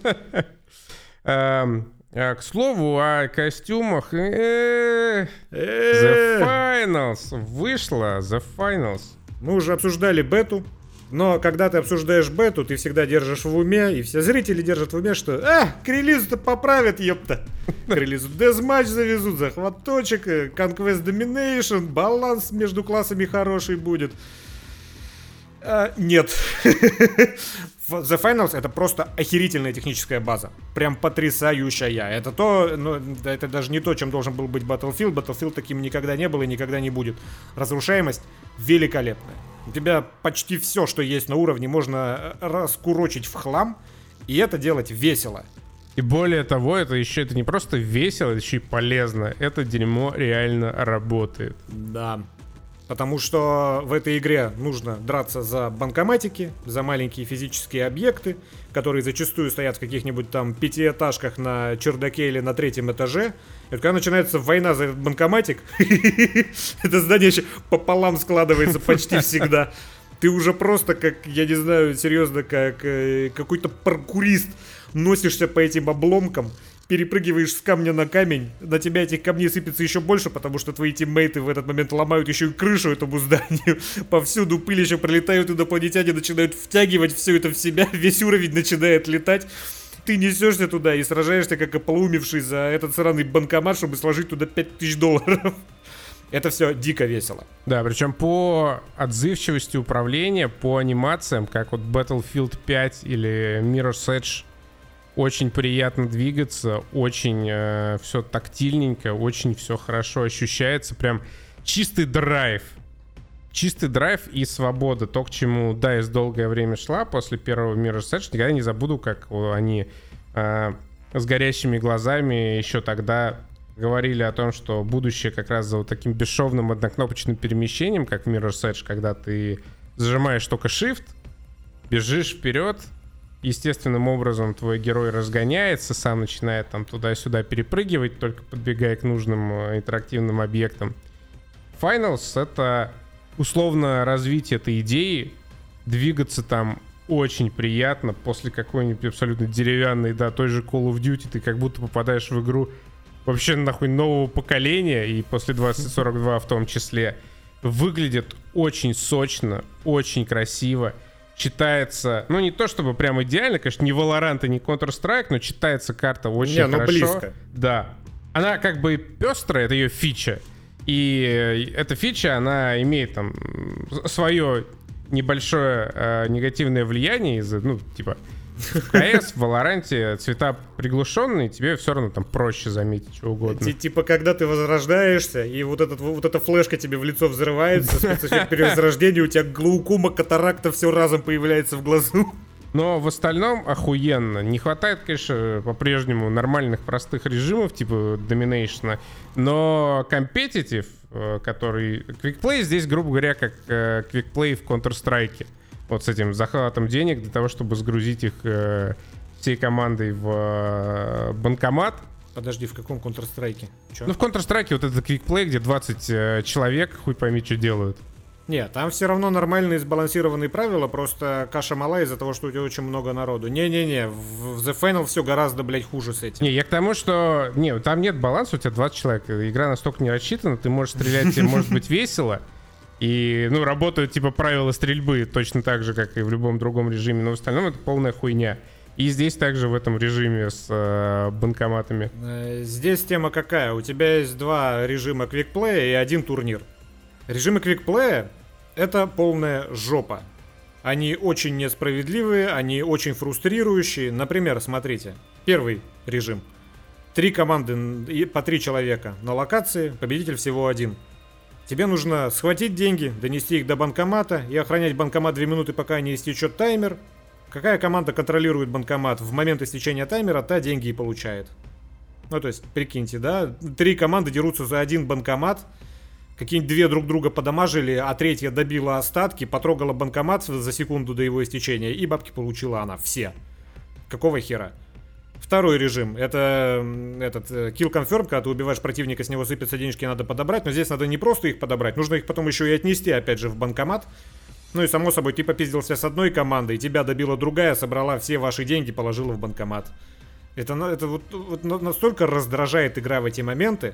К слову, о костюмах. The Finals. Вышла The Finals. Мы уже обсуждали бету. Но когда ты обсуждаешь бету, ты всегда держишь в уме, и все зрители держат в уме, что к релизу-то поправят, ёпта. К релизу дезматч завезут, захват точек, Conquest Domination, баланс между классами хороший будет. Нет. The Finals — это просто охерительная техническая база. Прям потрясающая. Это то, ну, это даже не то, чем должен был быть Battlefield. Battlefield таким никогда не был и никогда не будет. Разрушаемость великолепная. У тебя почти все, что есть на уровне, можно раскурочить в хлам, и это делать весело. И более того, это не просто весело, это еще и полезно. Это дерьмо реально работает. Да. Потому что в этой игре нужно драться за банкоматики, за маленькие физические объекты, которые зачастую стоят в каких-нибудь там 5-этажках на чердаке или на 3-м этаже. И когда начинается война за этот банкоматик, это здание еще пополам складывается почти всегда. Ты уже просто как, я не знаю, серьезно, как какой-то паркурист носишься по этим обломкам, перепрыгиваешь с камня на камень, на тебя этих камней сыпется еще больше, потому что твои тиммейты в этот момент ломают еще и крышу этому зданию. Повсюду пыль еще пролетают, инопланетяне начинают втягивать все это в себя, весь уровень начинает летать. Ты несешься туда и сражаешься как ополоумевший за этот сраный банкомат, чтобы сложить туда $5000. Это все дико весело. Да, причем по отзывчивости управления, по анимациям, как вот Battlefield 5 или Mirror's Edge, очень приятно двигаться, очень все тактильненько, очень все хорошо ощущается. Прям чистый драйв. Чистый драйв и свобода. То, к чему DICE долгое время шла после первого Mirror's Edge. Никогда не забуду, как они с горящими глазами еще тогда говорили о том, что будущее как раз за вот таким бесшовным однокнопочным перемещением, как в Mirror's Edge, когда ты зажимаешь только Shift, бежишь вперед, естественным образом твой герой разгоняется, сам начинает там туда-сюда перепрыгивать, только подбегая к нужным интерактивным объектам. Finals — это условно развитие этой идеи. Двигаться там очень приятно. После какой-нибудь абсолютно деревянной, да, той же Call of Duty ты как будто попадаешь в игру вообще нахуй нового поколения, и после 2042 в том числе. Выглядит очень сочно, очень красиво. Читается, ну не то чтобы прям идеально, конечно, не Valorant и не Counter-Strike, но читается карта очень хорошо. Близко. Да. Она как бы пестрая, это ее фича. И эта фича, она имеет там свое небольшое негативное влияние из-за, ну, типа, в КС, в Valorant цвета приглушенные, тебе все равно там проще заметить что угодно. Типа, когда ты возрождаешься, и вот эта флешка тебе в лицо взрывается, спецэффект перевозрождения, у тебя глаукома, катаракта, все разом появляется в глазу. Но в остальном охуенно. Не хватает, конечно, по-прежнему нормальных простых режимов, типа Domination, но компетитив, который... Квикплей здесь, грубо говоря, как квикплей в Counter-Strike. Вот с этим захватом денег для того, чтобы сгрузить их всей командой в банкомат. Подожди, в каком Counter-Strike? Ну, в Counter-Strike вот этот квикплей, где 20 человек, хуй пойми, что делают. Нет, там все равно нормальные сбалансированные правила, просто каша мала из-за того, что у тебя очень много народу. Не-не-не, в The Final все гораздо, блядь, хуже с этим. Не, я к тому, что... Не, там нет баланса, у тебя 20 человек. Игра настолько не рассчитана, ты можешь стрелять, тебе может быть весело. И, ну, работают, типа, правила стрельбы точно так же, как и в любом другом режиме. Но в остальном это полная хуйня. И здесь также в этом режиме с банкоматами. Здесь тема какая? У тебя есть 2 режима квикплея и 1 турнир. Режимы квикплея — это полная жопа. Они очень несправедливые, они очень фрустрирующие. Например, смотрите, первый режим. 3 команды по 3 человека на локации, победитель всего 1. Тебе нужно схватить деньги, донести их до банкомата и охранять банкомат 2 минуты, пока не истечет таймер. Какая команда контролирует банкомат в момент истечения таймера, та деньги и получает. Ну, то есть, прикиньте, да? 3 команды дерутся за 1 банкомат. Какие-нибудь 2 друг друга подамажили, а 3 добила остатки, потрогала банкомат за секунду до его истечения, и бабки получила она. Все. Какого хера? Второй режим — это этот kill confirm, когда ты убиваешь противника, с него сыпятся денежки, надо подобрать. Но здесь надо не просто их подобрать, нужно их потом еще и отнести, опять же, в банкомат. Ну и само собой, ты попиздился с одной командой, тебя добила другая, собрала все ваши деньги, положила в банкомат. Это вот настолько раздражает игра в эти моменты,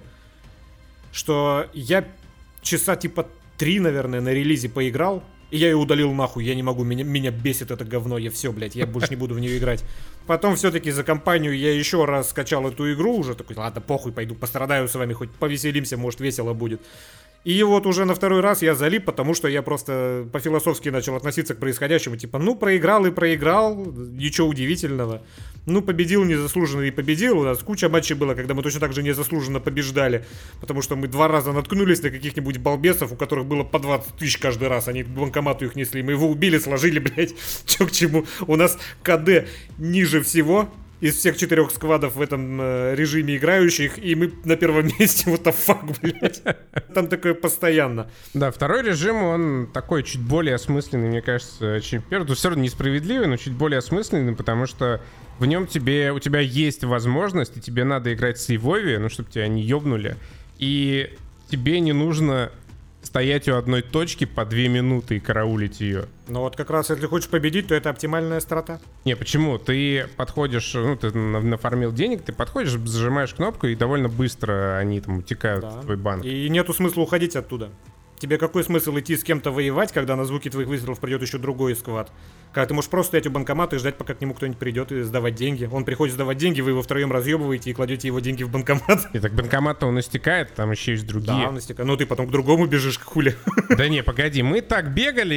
что я часа типа 3, наверное, на релизе поиграл, и я ее удалил нахуй, я не могу, меня бесит это говно, я все, блядь, я больше не буду в нее играть. Потом все-таки за компанию я еще раз скачал эту игру, уже такой, ладно, похуй, пойду пострадаю с вами, хоть повеселимся, может весело будет. И вот уже на второй раз я залип, потому что я просто по-философски начал относиться к происходящему. Типа, ну, проиграл и проиграл, ничего удивительного. Ну, победил незаслуженно и победил. У нас куча матчей было, когда мы точно так же незаслуженно побеждали. Потому что мы 2 раза наткнулись на каких-нибудь балбесов, у которых было по 20 тысяч каждый раз. Они к банкомату их несли. Мы его убили, сложили, блядь, чё к чему. У нас КД ниже всего из всех 4 сквадов в этом режиме играющих, и мы на первом месте, what the fuck, блядь. Там такое постоянно. Да, второй режим, он такой чуть более осмысленный, мне кажется, чем первый. То все равно несправедливый, но чуть более осмысленный, потому что в нем у тебя есть возможность, и тебе надо играть с сейвови, ну, чтобы тебя не ёбнули, и тебе не нужно стоять у одной точки по 2 минуты и караулить ее. Ну вот как раз, если хочешь победить, то это оптимальная страта. Не, почему? Ты подходишь, ну, ты нафармил денег, ты подходишь, зажимаешь кнопку, и довольно быстро они там утекают в твой банк. И нету смысла уходить оттуда. Тебе какой смысл идти с кем-то воевать, когда на звуки твоих выстрелов придет еще другой сквад? Когда ты можешь просто стоять у банкомата и ждать, пока к нему кто-нибудь придет и сдавать деньги. Он приходит сдавать деньги, вы его втроем разъебываете и кладете его деньги в банкомат. И так банкомат-то он истекает, там еще есть другие. Да, он истекает. Ну ты потом к другому бежишь, к хули. Да не, погоди, мы так бегали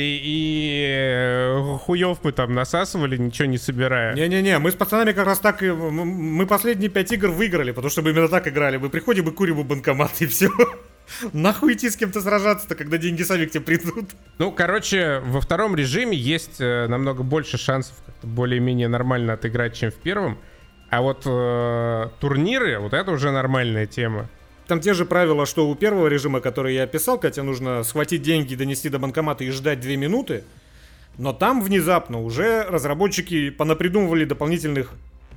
и хуев мы там насасывали, ничего не собирая. Не-не-не, мы с пацанами как раз так и... Мы последние 5 игр выиграли, потому что мы именно так играли. Мы приходим и курим у банкомата, и все. Нахуй идти с кем-то сражаться-то, когда деньги сами к тебе придут. Ну, короче, во втором режиме есть намного больше шансов как-то более-менее нормально отыграть, чем в первом. А вот турниры, вот это уже нормальная тема. Там те же правила, что у первого режима, который я описал, когда тебе нужно схватить деньги, донести до банкомата и ждать 2 минуты. Но там внезапно уже разработчики понапридумывали дополнительных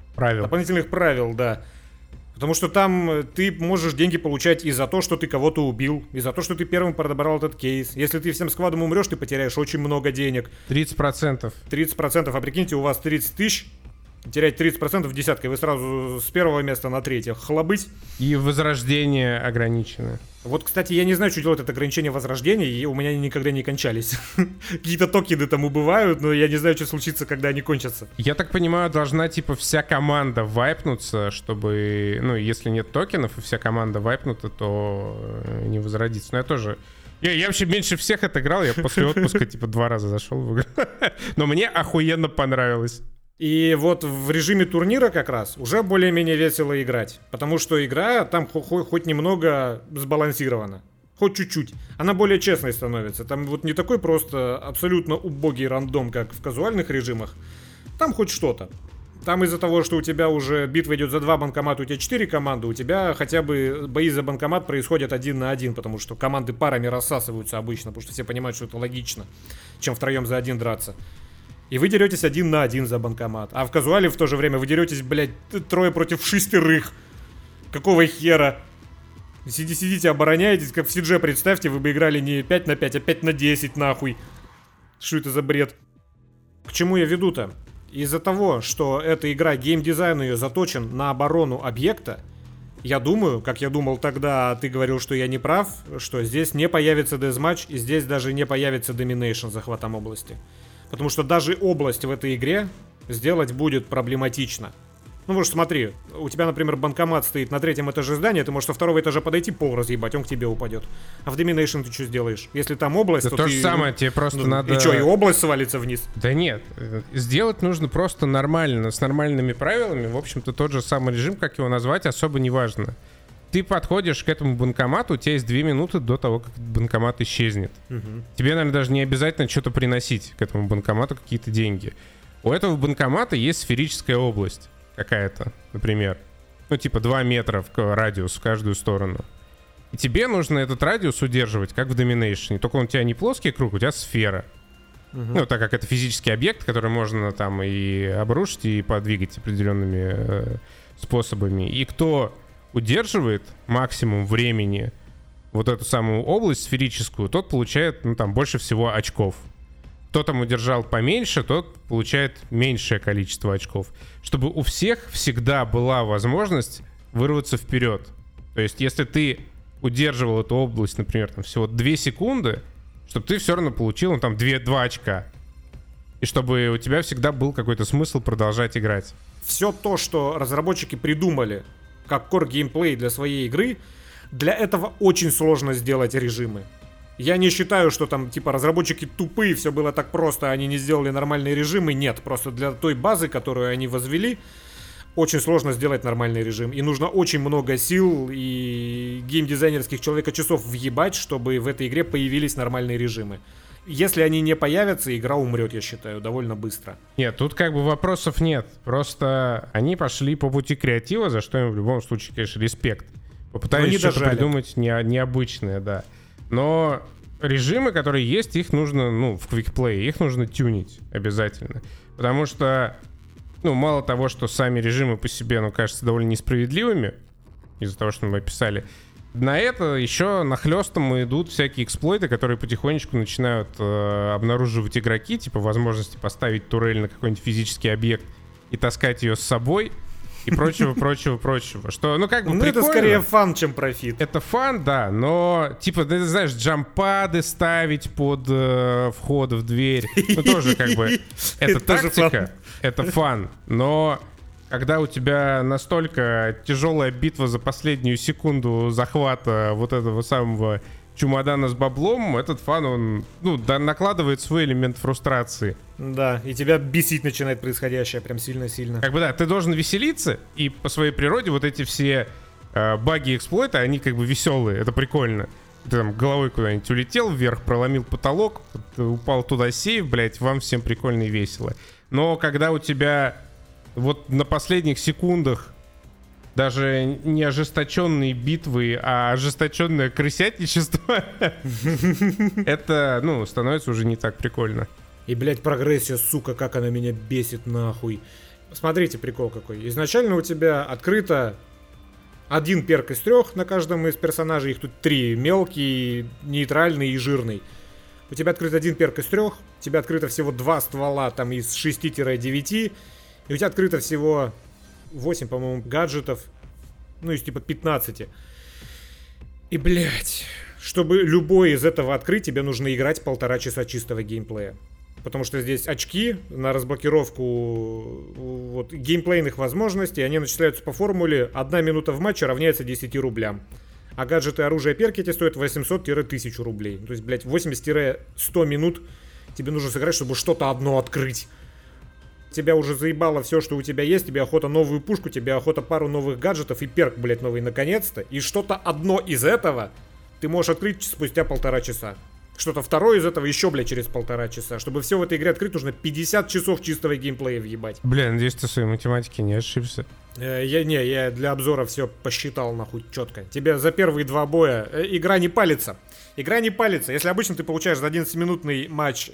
правил, да. Потому что там ты можешь деньги получать и за то, что ты кого-то убил, и за то, что ты первым подобрал этот кейс. Если ты всем сквадом умрешь, ты потеряешь очень много денег. 30%. 30%, а прикиньте, у вас 30 тысяч, терять 30% десяткой, вы сразу с первого места на третье хлобыть. И возрождение ограничено. Вот, кстати, я не знаю, что делает это ограничение возрождения, и у меня они никогда не кончались. Какие-то токены там убывают, но я не знаю, что случится, когда они кончатся. Я так понимаю, должна, типа, вся команда вайпнуться, чтобы... Ну, если нет токенов, и вся команда вайпнута, то не возродится. Но я тоже... Я вообще меньше всех отыграл, я после отпуска, типа, 2 раза зашел в игру. Но мне охуенно понравилось. И вот в режиме турнира как раз уже более-менее весело играть. Потому что игра там хоть немного сбалансирована. Хоть чуть-чуть. Она более честной становится. Там вот не такой просто абсолютно убогий рандом, как в казуальных режимах. Там хоть что-то. Там из-за того, что у тебя уже битва идет за 2 банкомата, у тебя 4 команды, у тебя хотя бы бои за банкомат происходят 1 на 1, потому что команды парами рассасываются обычно, потому что все понимают, что это логично, чем втроем за 1 драться. И вы деретесь 1 на 1 за банкомат. А в казуале в то же время вы деретесь, блядь, 3 против 6. Какого хера? Сидите, обороняетесь, как в Сидже, представьте, вы бы играли не 5 на 5, а 5 на 10, нахуй. Что это за бред? К чему я веду-то? Из-за того, что эта игра, геймдизайн ее заточен на оборону объекта, я думаю, как я думал тогда, ты говорил, что я не прав, что здесь не появится дезматч, и здесь даже не появится доминейшн захватом области. Потому что даже область в этой игре сделать будет проблематично. Ну, потому что смотри, у тебя, например, банкомат стоит на 3-м этаже здания, ты можешь со 2-го этажа подойти, пол разъебать, он к тебе упадет. А в Domination ты что сделаешь? Если там область, да то то ты... же самое, тебе просто надо... И что, и область свалится вниз? Да нет, сделать нужно просто нормально, с нормальными правилами. В общем-то, тот же самый режим, как его назвать, особо не важно. Ты подходишь к этому банкомату, у тебя есть 2 минуты до того, как банкомат исчезнет. Угу. Тебе, наверное, даже не обязательно что-то приносить к этому банкомату, какие-то деньги. У этого банкомата есть сферическая область какая-то, например. Ну, типа 2 метра в радиус в каждую сторону. И тебе нужно этот радиус удерживать, как в Domination. Только у тебя не плоский круг, у тебя сфера. Угу. Ну, так как это физический объект, который можно там и обрушить, и подвигать определенными способами. И кто удерживает максимум времени вот эту самую область сферическую, тот получает, ну, там, больше всего очков. кто там удержал поменьше, тот получает меньшее количество очков. Чтобы у всех всегда была возможность вырваться вперед. То есть, если ты удерживал эту область, например, там всего 2 секунды, чтобы ты все равно получил там 2 очка. И чтобы у тебя всегда был какой-то смысл продолжать играть. Все то, что разработчики придумали как core геймплей для своей игры, для этого очень сложно сделать режимы. Я не считаю, что там типа разработчики тупые, все было так просто, они не сделали нормальные режимы. Нет, просто для той базы, которую они возвели, очень сложно сделать нормальный режим. И нужно очень много сил и геймдизайнерских человека-часов въебать, чтобы в этой игре появились нормальные режимы. Если они не появятся, игра умрет, я считаю, довольно быстро. Нет, тут как бы вопросов нет. Просто они пошли по пути креатива, за что им в любом случае, конечно, респект. Попытались что-то придумать необычное, да. Но режимы, которые есть, их нужно, в квикплее, их нужно тюнить обязательно. Потому что, мало того, что сами режимы по себе, кажутся довольно несправедливыми, из-за того, что мы описали, на это еще нахлестом идут всякие эксплойты, которые потихонечку начинают обнаруживать игроки, типа возможности поставить турель на какой-нибудь физический объект и таскать ее с собой, и прочего. Что, прикольно. Это скорее фан, чем профит. Это фан, да, но, типа, ты знаешь, джампады ставить под вход в дверь, тоже это тактика, это фан, но когда у тебя настолько тяжелая битва за последнюю секунду захвата вот этого самого чемодана с баблом, этот фан, он, накладывает свой элемент фрустрации. Да, и тебя бесить начинает происходящее прям сильно-сильно. Ты должен веселиться, и по своей природе вот эти все баги эксплойта, они веселые, это прикольно. Ты там головой куда-нибудь улетел вверх, проломил потолок, упал туда сейф, блять, вам всем прикольно и весело. Но когда у тебя вот на последних секундах даже не ожесточенные битвы, а ожесточенное крысятничество, это, становится уже не так прикольно. И, блядь, прогрессия, сука, как она меня бесит, нахуй. Смотрите, прикол какой. Изначально у тебя открыто 1 перк из 3 на каждом из персонажей. Их тут 3. Мелкий, нейтральный и жирный. У тебя открыт 1 перк из 3. У тебя открыто всего 2 ствола там из 6-9. И у тебя открыто всего 8, по-моему, гаджетов. Из типа 15. И, блядь, чтобы любой из этого открыть, тебе нужно играть 1,5 часа чистого геймплея. Потому что здесь очки на разблокировку геймплейных возможностей, они начисляются по формуле 1 минута в матче равняется 10 рублям. А гаджеты, оружие, перки эти стоят 800-1000 рублей. То есть, блядь, 80-100 минут тебе нужно сыграть, чтобы что-то одно открыть. Тебя уже заебало все, что у тебя есть, тебе охота новую пушку, тебе охота пару новых гаджетов и перк, блядь, новый наконец-то. И что-то одно из этого ты можешь открыть спустя 1,5 часа. Что-то второе из этого еще, блядь, через 1,5 часа. Чтобы все в этой игре открыть, нужно 50 часов чистого геймплея въебать. Бля, надеюсь, ты в своей математике не ошибся. Я для обзора все посчитал нахуй четко. Тебе за первые 2 боя игра не палится. Игра не палится. Если обычно ты получаешь за 11-минутный матч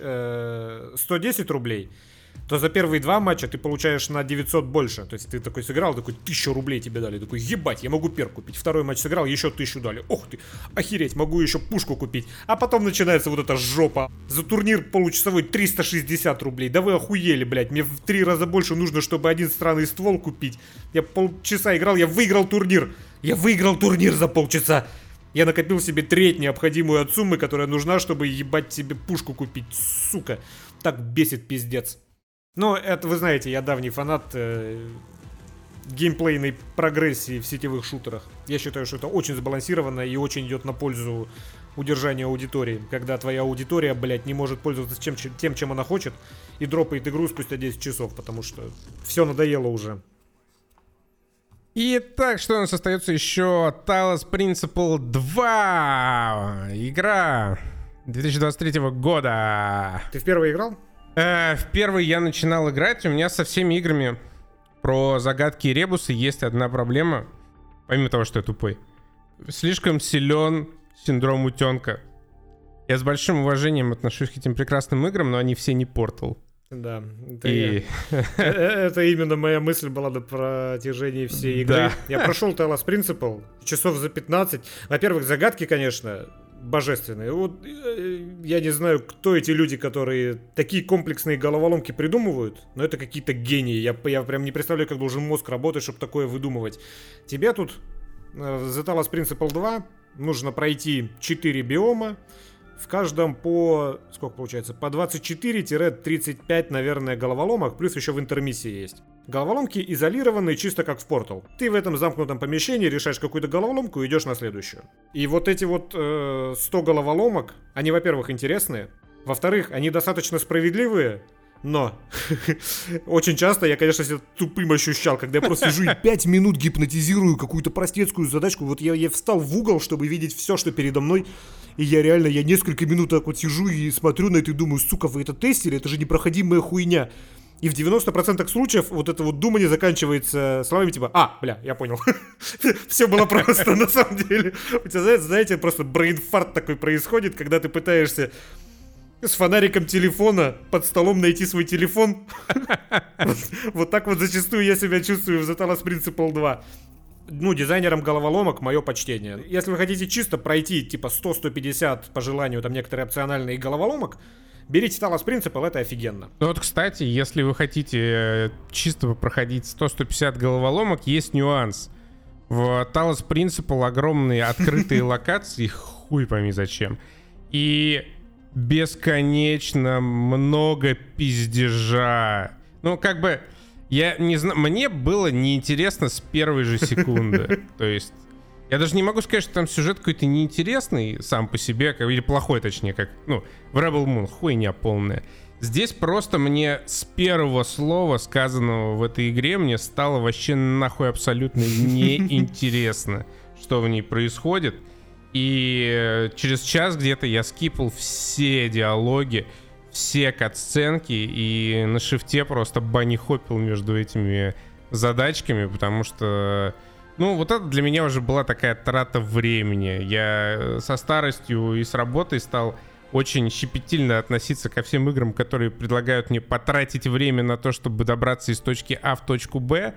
110 рублей, то за первые 2 матча ты получаешь на 900 больше. То есть ты такой сыграл, такой 1000 рублей тебе дали. Такой, ебать, я могу перк купить. Второй матч сыграл, еще 1000 дали. Ох ты, охереть, могу еще пушку купить. А потом начинается вот эта жопа. За турнир получасовой 360 рублей. Да вы охуели, блядь. Мне в 3 раза больше нужно, чтобы один странный ствол купить. Я полчаса играл, я выиграл турнир. Я выиграл турнир за полчаса. Я накопил себе треть необходимую от суммы, которая нужна, чтобы ебать себе пушку купить. Сука, так бесит пиздец. Но это, вы знаете, я давний фанат геймплейной прогрессии в сетевых шутерах. Я считаю, что это очень сбалансировано и очень идет на пользу удержания аудитории. Когда твоя аудитория, блядь, не может пользоваться тем, чем она хочет, и дропает игру спустя 10 часов, потому что все надоело уже. Итак, что у нас остается еще? Talos Principle 2. Игра 2023 года. Ты в первый играл? В первый я начинал играть. У меня со всеми играми про загадки и ребусы есть одна проблема. Помимо того, что я тупой. Слишком силен синдром утенка. Я с большим уважением отношусь к этим прекрасным играм, но они все не Portal. Да, это именно моя мысль была на протяжении всей игры. Да. Я прошел Talos Principle часов за 15. Во-первых, загадки, конечно, божественные. Вот я не знаю, кто эти люди, которые такие комплексные головоломки придумывают, но это какие-то гении. Я прям не представляю, как должен мозг работать, чтобы такое выдумывать. Тебе тут The Talos Principle 2 нужно пройти 4 биома, в каждом по, сколько получается, по 24-35, наверное, головоломок, плюс еще в интермиссии есть. Головоломки изолированные, чисто как в Portal. Ты в этом замкнутом помещении решаешь какую-то головоломку и идешь на следующую. И вот эти вот 100 головоломок, они, во-первых, интересные, во-вторых, они достаточно справедливые, но очень часто я, конечно, себя тупым ощущал, когда я просто сижу и 5 минут гипнотизирую какую-то простецкую задачку. Вот я встал в угол, чтобы видеть все, что передо мной. И я несколько минут так вот сижу и смотрю на это и думаю, сука, вы это тестили? Это же непроходимая хуйня. И в 90% случаев вот это вот думание заканчивается словами типа я понял. Все было просто, на самом деле. У тебя, знаете, просто брейнфарт такой происходит, когда ты пытаешься с фонариком телефона под столом найти свой телефон. Вот так вот зачастую я себя чувствую в The Talos Principle 2. Ну, дизайнерам головоломок мое почтение. Если вы хотите чисто пройти типа 100-150 по желанию, там некоторые опциональные головоломок, берите Talos Principle, это офигенно. Ну вот, кстати, если вы хотите чисто проходить 100-150 головоломок, есть нюанс. В Talos Principle огромные открытые локации, хуй пойми зачем. И бесконечно много пиздежа. Ну, как бы, я не знаю, мне было неинтересно с первой же секунды. То есть, я даже не могу сказать, что там сюжет какой-то неинтересный сам по себе, или плохой, точнее, как, в Rebel Moon, хуйня полная. Здесь просто мне с первого слова, сказанного в этой игре, мне стало вообще нахуй абсолютно неинтересно, что в ней происходит. И через час где-то я скипал все диалоги, все катсценки и на шифте просто банни-хоппил между этими задачками, потому что, вот это для меня уже была такая трата времени. Я со старостью и с работой стал очень щепетильно относиться ко всем играм, которые предлагают мне потратить время на то, чтобы добраться из точки А в точку Б.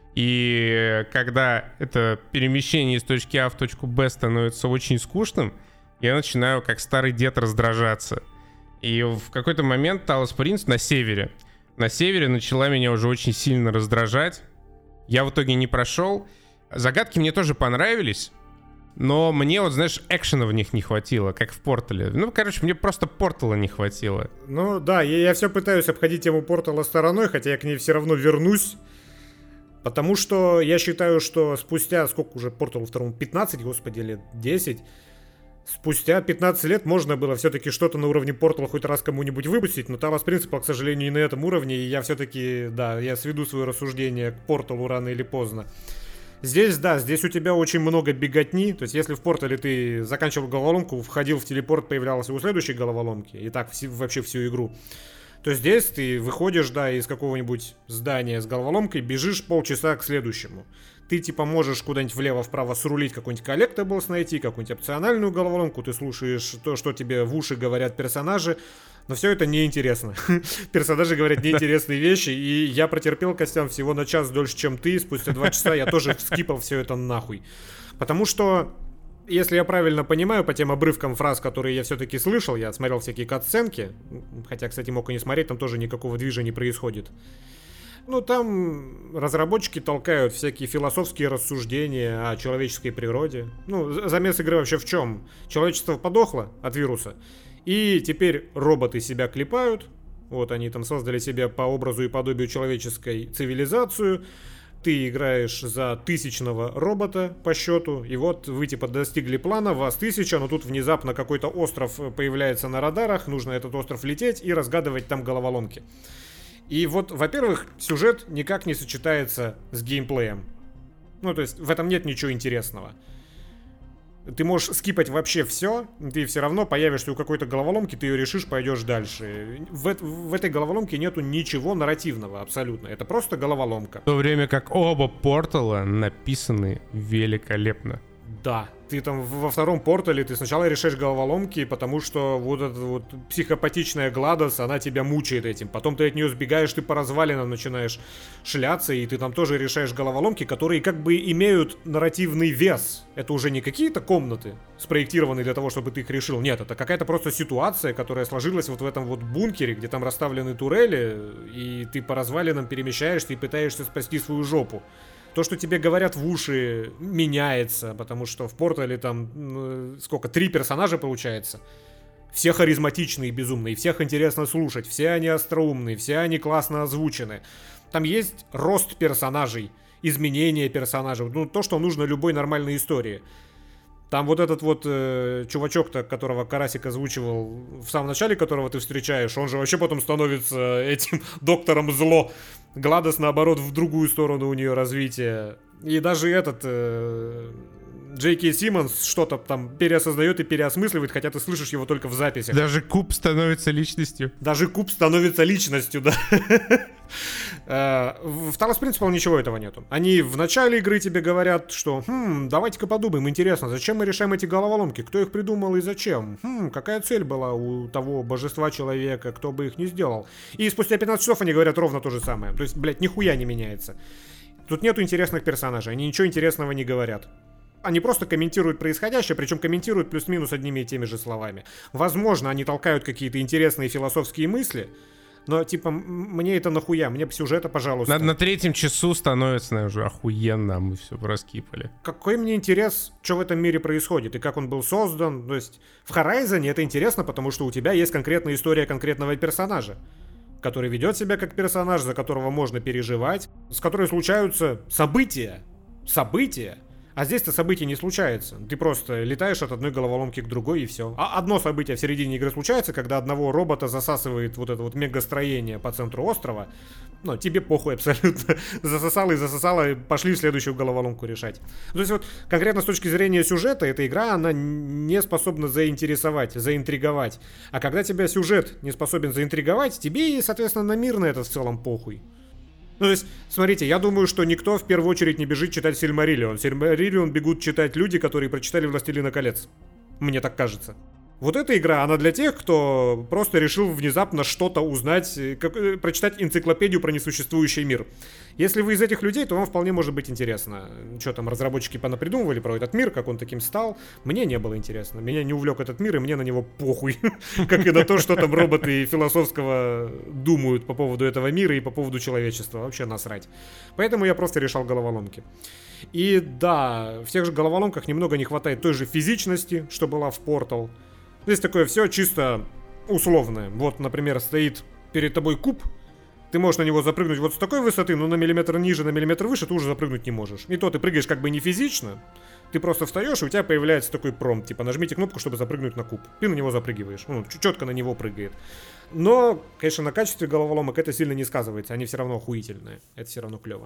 И когда это перемещение из точки А в точку Б становится очень скучным, я начинаю как старый дед раздражаться. И в какой-то момент Talos Принц на севере начала меня уже очень сильно раздражать. Я в итоге не прошел. Загадки мне тоже понравились, но мне экшена в них не хватило, как в Портале. Мне просто Портала не хватило. Ну да, я все пытаюсь обходить тему Портала стороной, хотя я к ней все равно вернусь. Потому что я считаю, что спустя, сколько уже Порталу второму, 15, господи, лет 10, спустя 15 лет можно было все-таки что-то на уровне Портала хоть раз кому-нибудь выпустить, но Talos Principle, к сожалению, не на этом уровне, и я все-таки, я сведу свое рассуждение к Порталу рано или поздно. Здесь у тебя очень много беготни, то есть если в Портале ты заканчивал головоломку, входил в телепорт, появлялся у следующей головоломки, и так вообще всю игру, то здесь ты выходишь, из какого-нибудь здания с головоломкой, бежишь полчаса к следующему. Ты можешь куда-нибудь влево-вправо срулить, какой-нибудь коллектаблс найти, какую-нибудь опциональную головоломку, ты слушаешь то, что тебе в уши говорят персонажи, но все это неинтересно. Персонажи говорят неинтересные вещи, и я протерпел, Костян, всего на час дольше, чем ты. Спустя 2 часа я тоже скипал все это нахуй. Потому что, если я правильно понимаю, по тем обрывкам фраз, которые я все-таки слышал, я смотрел всякие катсценки, хотя, кстати, мог и не смотреть, там тоже никакого движа не происходит. Там разработчики толкают всякие философские рассуждения о человеческой природе. Замес игры вообще в чем? Человечество подохло от вируса, и теперь роботы себя клепают. Вот они там создали себе по образу и подобию человеческой цивилизацию. Ты играешь за 1000-го робота по счету, и вот вы достигли плана, вас 1000, но тут внезапно какой-то остров появляется на радарах, нужно этот остров лететь и разгадывать там головоломки. И во-первых, сюжет никак не сочетается с геймплеем. То есть в этом нет ничего интересного. Ты можешь скипать вообще все, ты все равно появишься у какой-то головоломки, ты ее решишь, пойдешь дальше. В этой головоломке нету ничего нарративного абсолютно, это просто головоломка. В то время как оба Портала написаны великолепно. Да, ты там во втором портале, ты сначала решаешь головоломки, потому что вот эта вот психопатичная Гладос, она тебя мучает этим. Потом ты от нее сбегаешь, ты по развалинам начинаешь шляться, и ты там тоже решаешь головоломки, которые как бы имеют нарративный вес. Это уже не какие-то комнаты, спроектированные для того, чтобы ты их решил. Нет, это какая-то просто ситуация, которая сложилась вот в этом вот бункере, где там расставлены турели, и ты по развалинам перемещаешься и пытаешься спасти свою жопу. То, что тебе говорят в уши, меняется, потому что в портале там, 3 персонажа получается. Все харизматичные и безумные, всех интересно слушать, все они остроумные, все они классно озвучены. Там есть рост персонажей, изменение персонажей, то, что нужно любой нормальной истории. Там вот этот вот чувачок-то, которого Карасик озвучивал, в самом начале которого ты встречаешь, он же вообще потом становится этим доктором зло. Гладос, наоборот, в другую сторону у нее развитие. И даже этот Джей Кей Симмонс что-то там переосоздает и переосмысливает, хотя ты слышишь его только в записях. Даже Куб становится личностью. Даже Куб становится личностью, да. В Talos Principle ничего этого нету. Они в начале игры тебе говорят, что давайте-ка подумаем, интересно, зачем мы решаем эти головоломки, кто их придумал и зачем, какая цель была у того божества человека, кто бы их не сделал. И спустя 15 часов они говорят ровно то же самое. То есть, блядь, нихуя не меняется. Тут нету интересных персонажей, они ничего интересного не говорят. Они просто комментируют происходящее, причем комментируют плюс-минус одними и теми же словами. Возможно, они толкают какие-то интересные философские мысли, но, типа, мне это нахуя, мне сюжета, пожалуйста. На 3-м часу становится, наверное, уже охуенно, мы все проскипали. Какой мне интерес, что в этом мире происходит и как он был создан. То есть в Horizon это интересно, потому что у тебя есть конкретная история конкретного персонажа, который ведет себя как персонаж, за которого можно переживать, с которой случаются события. А здесь-то событий не случается. Ты просто летаешь от одной головоломки к другой и все. А одно событие в середине игры случается, когда одного робота засасывает вот это вот мегастроение по центру острова. Ну, тебе похуй абсолютно. Засосало, и пошли следующую головоломку решать. То есть вот конкретно с точки зрения сюжета, эта игра, она не способна заинтересовать, заинтриговать. А когда тебя сюжет не способен заинтриговать, тебе и, соответственно, на мир на это в целом похуй. Ну, то есть, смотрите, я думаю, что никто в первую очередь не бежит читать Сильмариллион. Сильмариллион бегут читать люди, которые прочитали «Властелина колец». Мне так кажется. Вот эта игра, она для тех, кто просто решил внезапно что-то узнать, прочитать энциклопедию про несуществующий мир. Если вы из этих людей, то вам вполне может быть интересно. Что там разработчики понапридумывали про этот мир, как он таким стал. Мне не было интересно. Меня не увлек этот мир, и мне на него похуй. Как и на то, что там роботы философского думают по поводу этого мира и по поводу человечества. Вообще насрать. Поэтому я просто решал головоломки. И да, в тех же головоломках немного не хватает той же физичности, что была в Portal. Здесь такое все чисто условное. Вот, например, стоит перед тобой куб. Ты можешь на него запрыгнуть вот с такой высоты, но на миллиметр ниже, на миллиметр выше ты уже запрыгнуть не можешь. И то ты прыгаешь как бы не физично. Ты просто встаешь, и у тебя появляется такой промпт. Типа, нажмите кнопку, чтобы запрыгнуть на куб. Ты на него запрыгиваешь. Он четко на него прыгает. Но, конечно, на качестве головоломок это сильно не сказывается. Они все равно охуительные. Это все равно клево.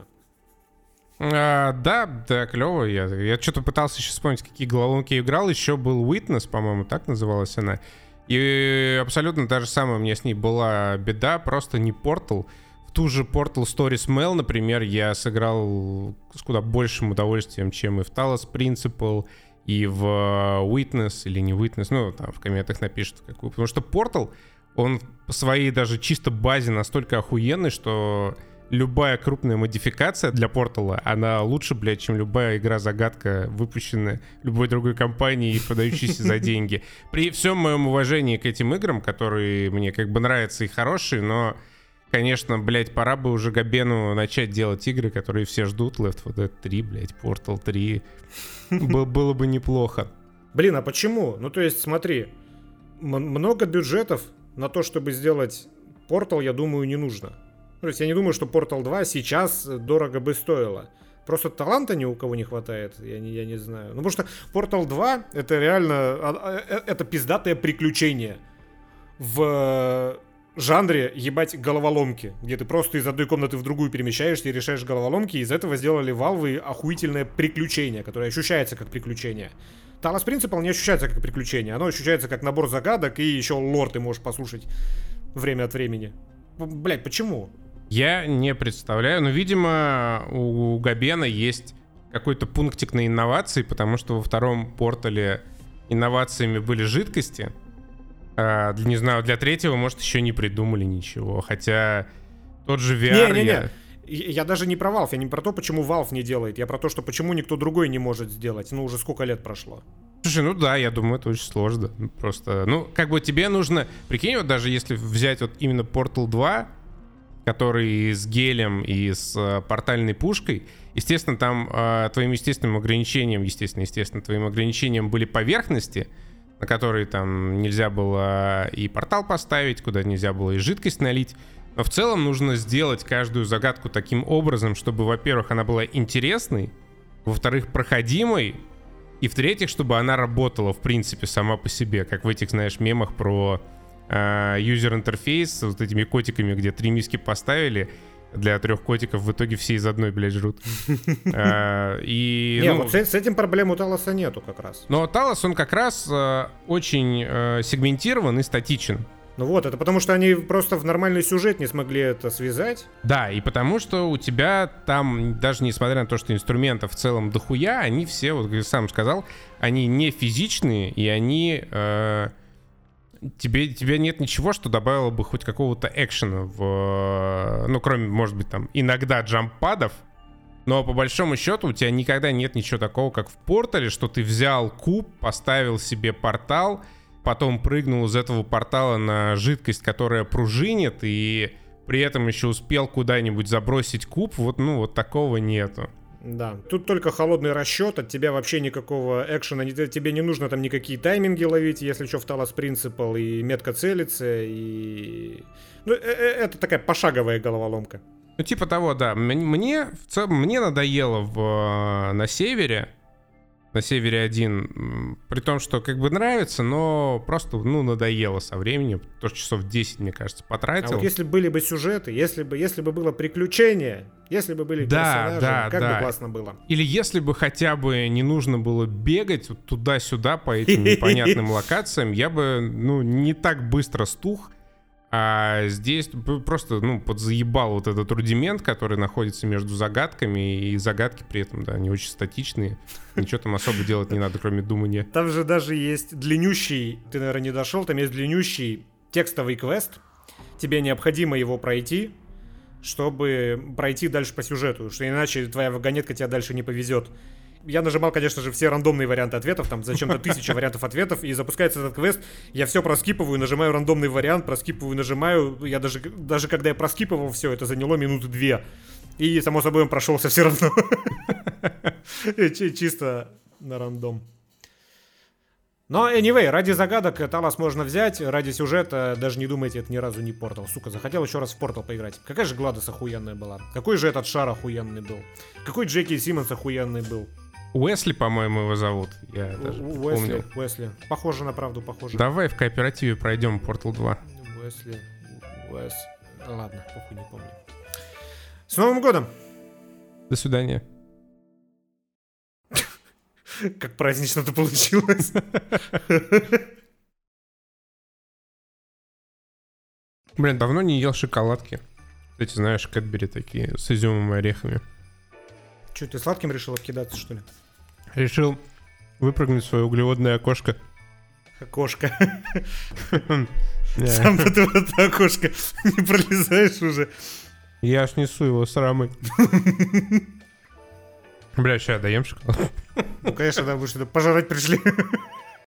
Да, клево. Я что-то пытался сейчас вспомнить, какие головоломки играл. Еще был Witness, по-моему, так называлась она. И абсолютно та же самая у меня с ней была беда, просто не Portal. В ту же Portal Stories Mail, например, я сыграл с куда большим удовольствием, чем и в Talos Principle, и в Witness, или не Witness, ну, там в комментах напишут какую. Потому что Portal, он по своей даже чисто базе настолько охуенный, что любая крупная модификация для Портала, она лучше, блядь, чем любая игра-загадка, выпущенная любой другой компанией и продающейся за деньги. При всем моем уважении к этим играм, которые мне как бы нравятся и хорошие, но, конечно, блядь, пора бы уже Габену начать делать игры, которые все ждут. Left 4 Dead 3, блядь, Portal 3. Было бы неплохо. Блин, а почему? Ну, то есть, смотри, много бюджетов на то, чтобы сделать Portal, я думаю, не нужно. То есть я не думаю, что Portal 2 сейчас дорого бы стоило. Просто таланта ни у кого не хватает, я не знаю. Ну, потому что Portal 2 это реально, это пиздатое приключение в жанре, ебать, головоломки, где ты просто из одной комнаты в другую перемещаешься и решаешь головоломки, и из этого сделали Valve охуительное приключение, которое ощущается как приключение. Talos Principle не ощущается как приключение, оно ощущается как набор загадок, и еще лор ты можешь послушать время от времени. Блять, почему? Я не представляю, но, видимо, у Габена есть какой-то пунктик на инновации, потому что во втором портале инновациями были жидкости. Не знаю, для третьего, может, еще не придумали ничего. Хотя тот же VR... Не-не-не. Я даже не про Valve, я не про то, почему Valve не делает. Я про то, что почему никто другой не может сделать. Ну, уже сколько лет прошло. Слушай, ну да, я думаю, это очень сложно. Просто, ну, как бы тебе нужно... Прикинь, вот даже если взять вот именно Portal 2, который с гелем и с портальной пушкой, естественно, там твоим естественным ограничением, твоим ограничением были поверхности, на которые там нельзя было и портал поставить, куда нельзя было и жидкость налить. Но в целом нужно сделать каждую загадку таким образом, чтобы, во-первых, она была интересной, во-вторых, проходимой, и в-третьих, чтобы она работала, в принципе, сама по себе, как в этих, знаешь, мемах про юзер-интерфейс с вот этими котиками, где 3 миски поставили, для 3 котиков в итоге все из одной, блядь, жрут. Не, вот с этим проблем у Талоса нету как раз. Но Талос, он как раз очень сегментирован и статичен. Ну вот, это потому что они просто в нормальный сюжет не смогли это связать. Да, и потому что у тебя там, даже несмотря на то, что инструментов в целом дохуя, они все, вот как я сам сказал, они не физичные, и они... Тебе нет ничего, что добавило бы хоть какого-то экшена в... Ну, кроме, может быть, там, иногда джампадов. Но по большому счету у тебя никогда нет ничего такого, как в Портале, что ты взял куб, поставил себе портал, потом прыгнул из этого портала на жидкость, которая пружинит, и при этом еще успел куда-нибудь забросить куб. Вот, ну, вот такого нету. Да, тут только холодный расчет, от тебя вообще никакого экшена, тебе не нужно там никакие тайминги ловить, если что, в Talos Principle, и метко целиться, и... Ну, это такая пошаговая головоломка. Ну, типа того, да. Мне в целом, мне надоело на севере 1, при том, что как бы нравится, но просто, ну, надоело со временем. Тоже часов 10, мне кажется, потратил. А вот если были бы сюжеты, если бы было приключение, если бы были персонажи, как бы классно было. Или если бы хотя бы не нужно было бегать вот туда-сюда по этим непонятным локациям, я бы, ну, не так быстро стух. А здесь просто, ну, подзаебал вот этот рудимент, который находится между загадками, и загадки при этом, да, не очень статичные. Ничего там особо делать не надо, кроме думания. Там же даже есть длиннющий, ты, наверное, не дошел, там есть длиннющий текстовый квест. Тебе необходимо его пройти, чтобы пройти дальше по сюжету, что иначе твоя вагонетка тебя дальше не повезет. Я нажимал, конечно же, все рандомные варианты ответов, там зачем-то 1000 вариантов ответов, и запускается этот квест, я все проскипываю, нажимаю рандомный вариант, проскипываю, нажимаю, я даже когда я проскипывал все, это заняло минуты 2, и, само собой, он прошелся все равно. Чисто на рандом. Но, anyway, ради загадок Талос можно взять, ради сюжета, даже не думайте, это ни разу не Портал. Сука, захотел еще раз в Портал поиграть. Какая же Гладос охуенная была. Какой же этот шар охуенный был. Какой Джеки Симмонс охуенный был. Уэсли, по-моему, его зовут. Я даже помню. Уэсли. Похоже на правду, похоже. Давай в кооперативе пройдем Portal 2. Уэсли. Ладно, похуй, не помню. С Новым годом! До свидания. Как празднично-то получилось. Блин, давно не ел шоколадки. Эти, знаешь, Кэтбери такие, с изюмом и орехами. Че, ты сладким решил обкидаться, что ли? Решил выпрыгнуть в свое углеводное окошко. Окошко. Сам-то ты в это окошко не пролезаешь уже. Я снесу его с рамой. Бля, сейчас доем шоколад. Ну, конечно, да, вы что-то пожрать пришли.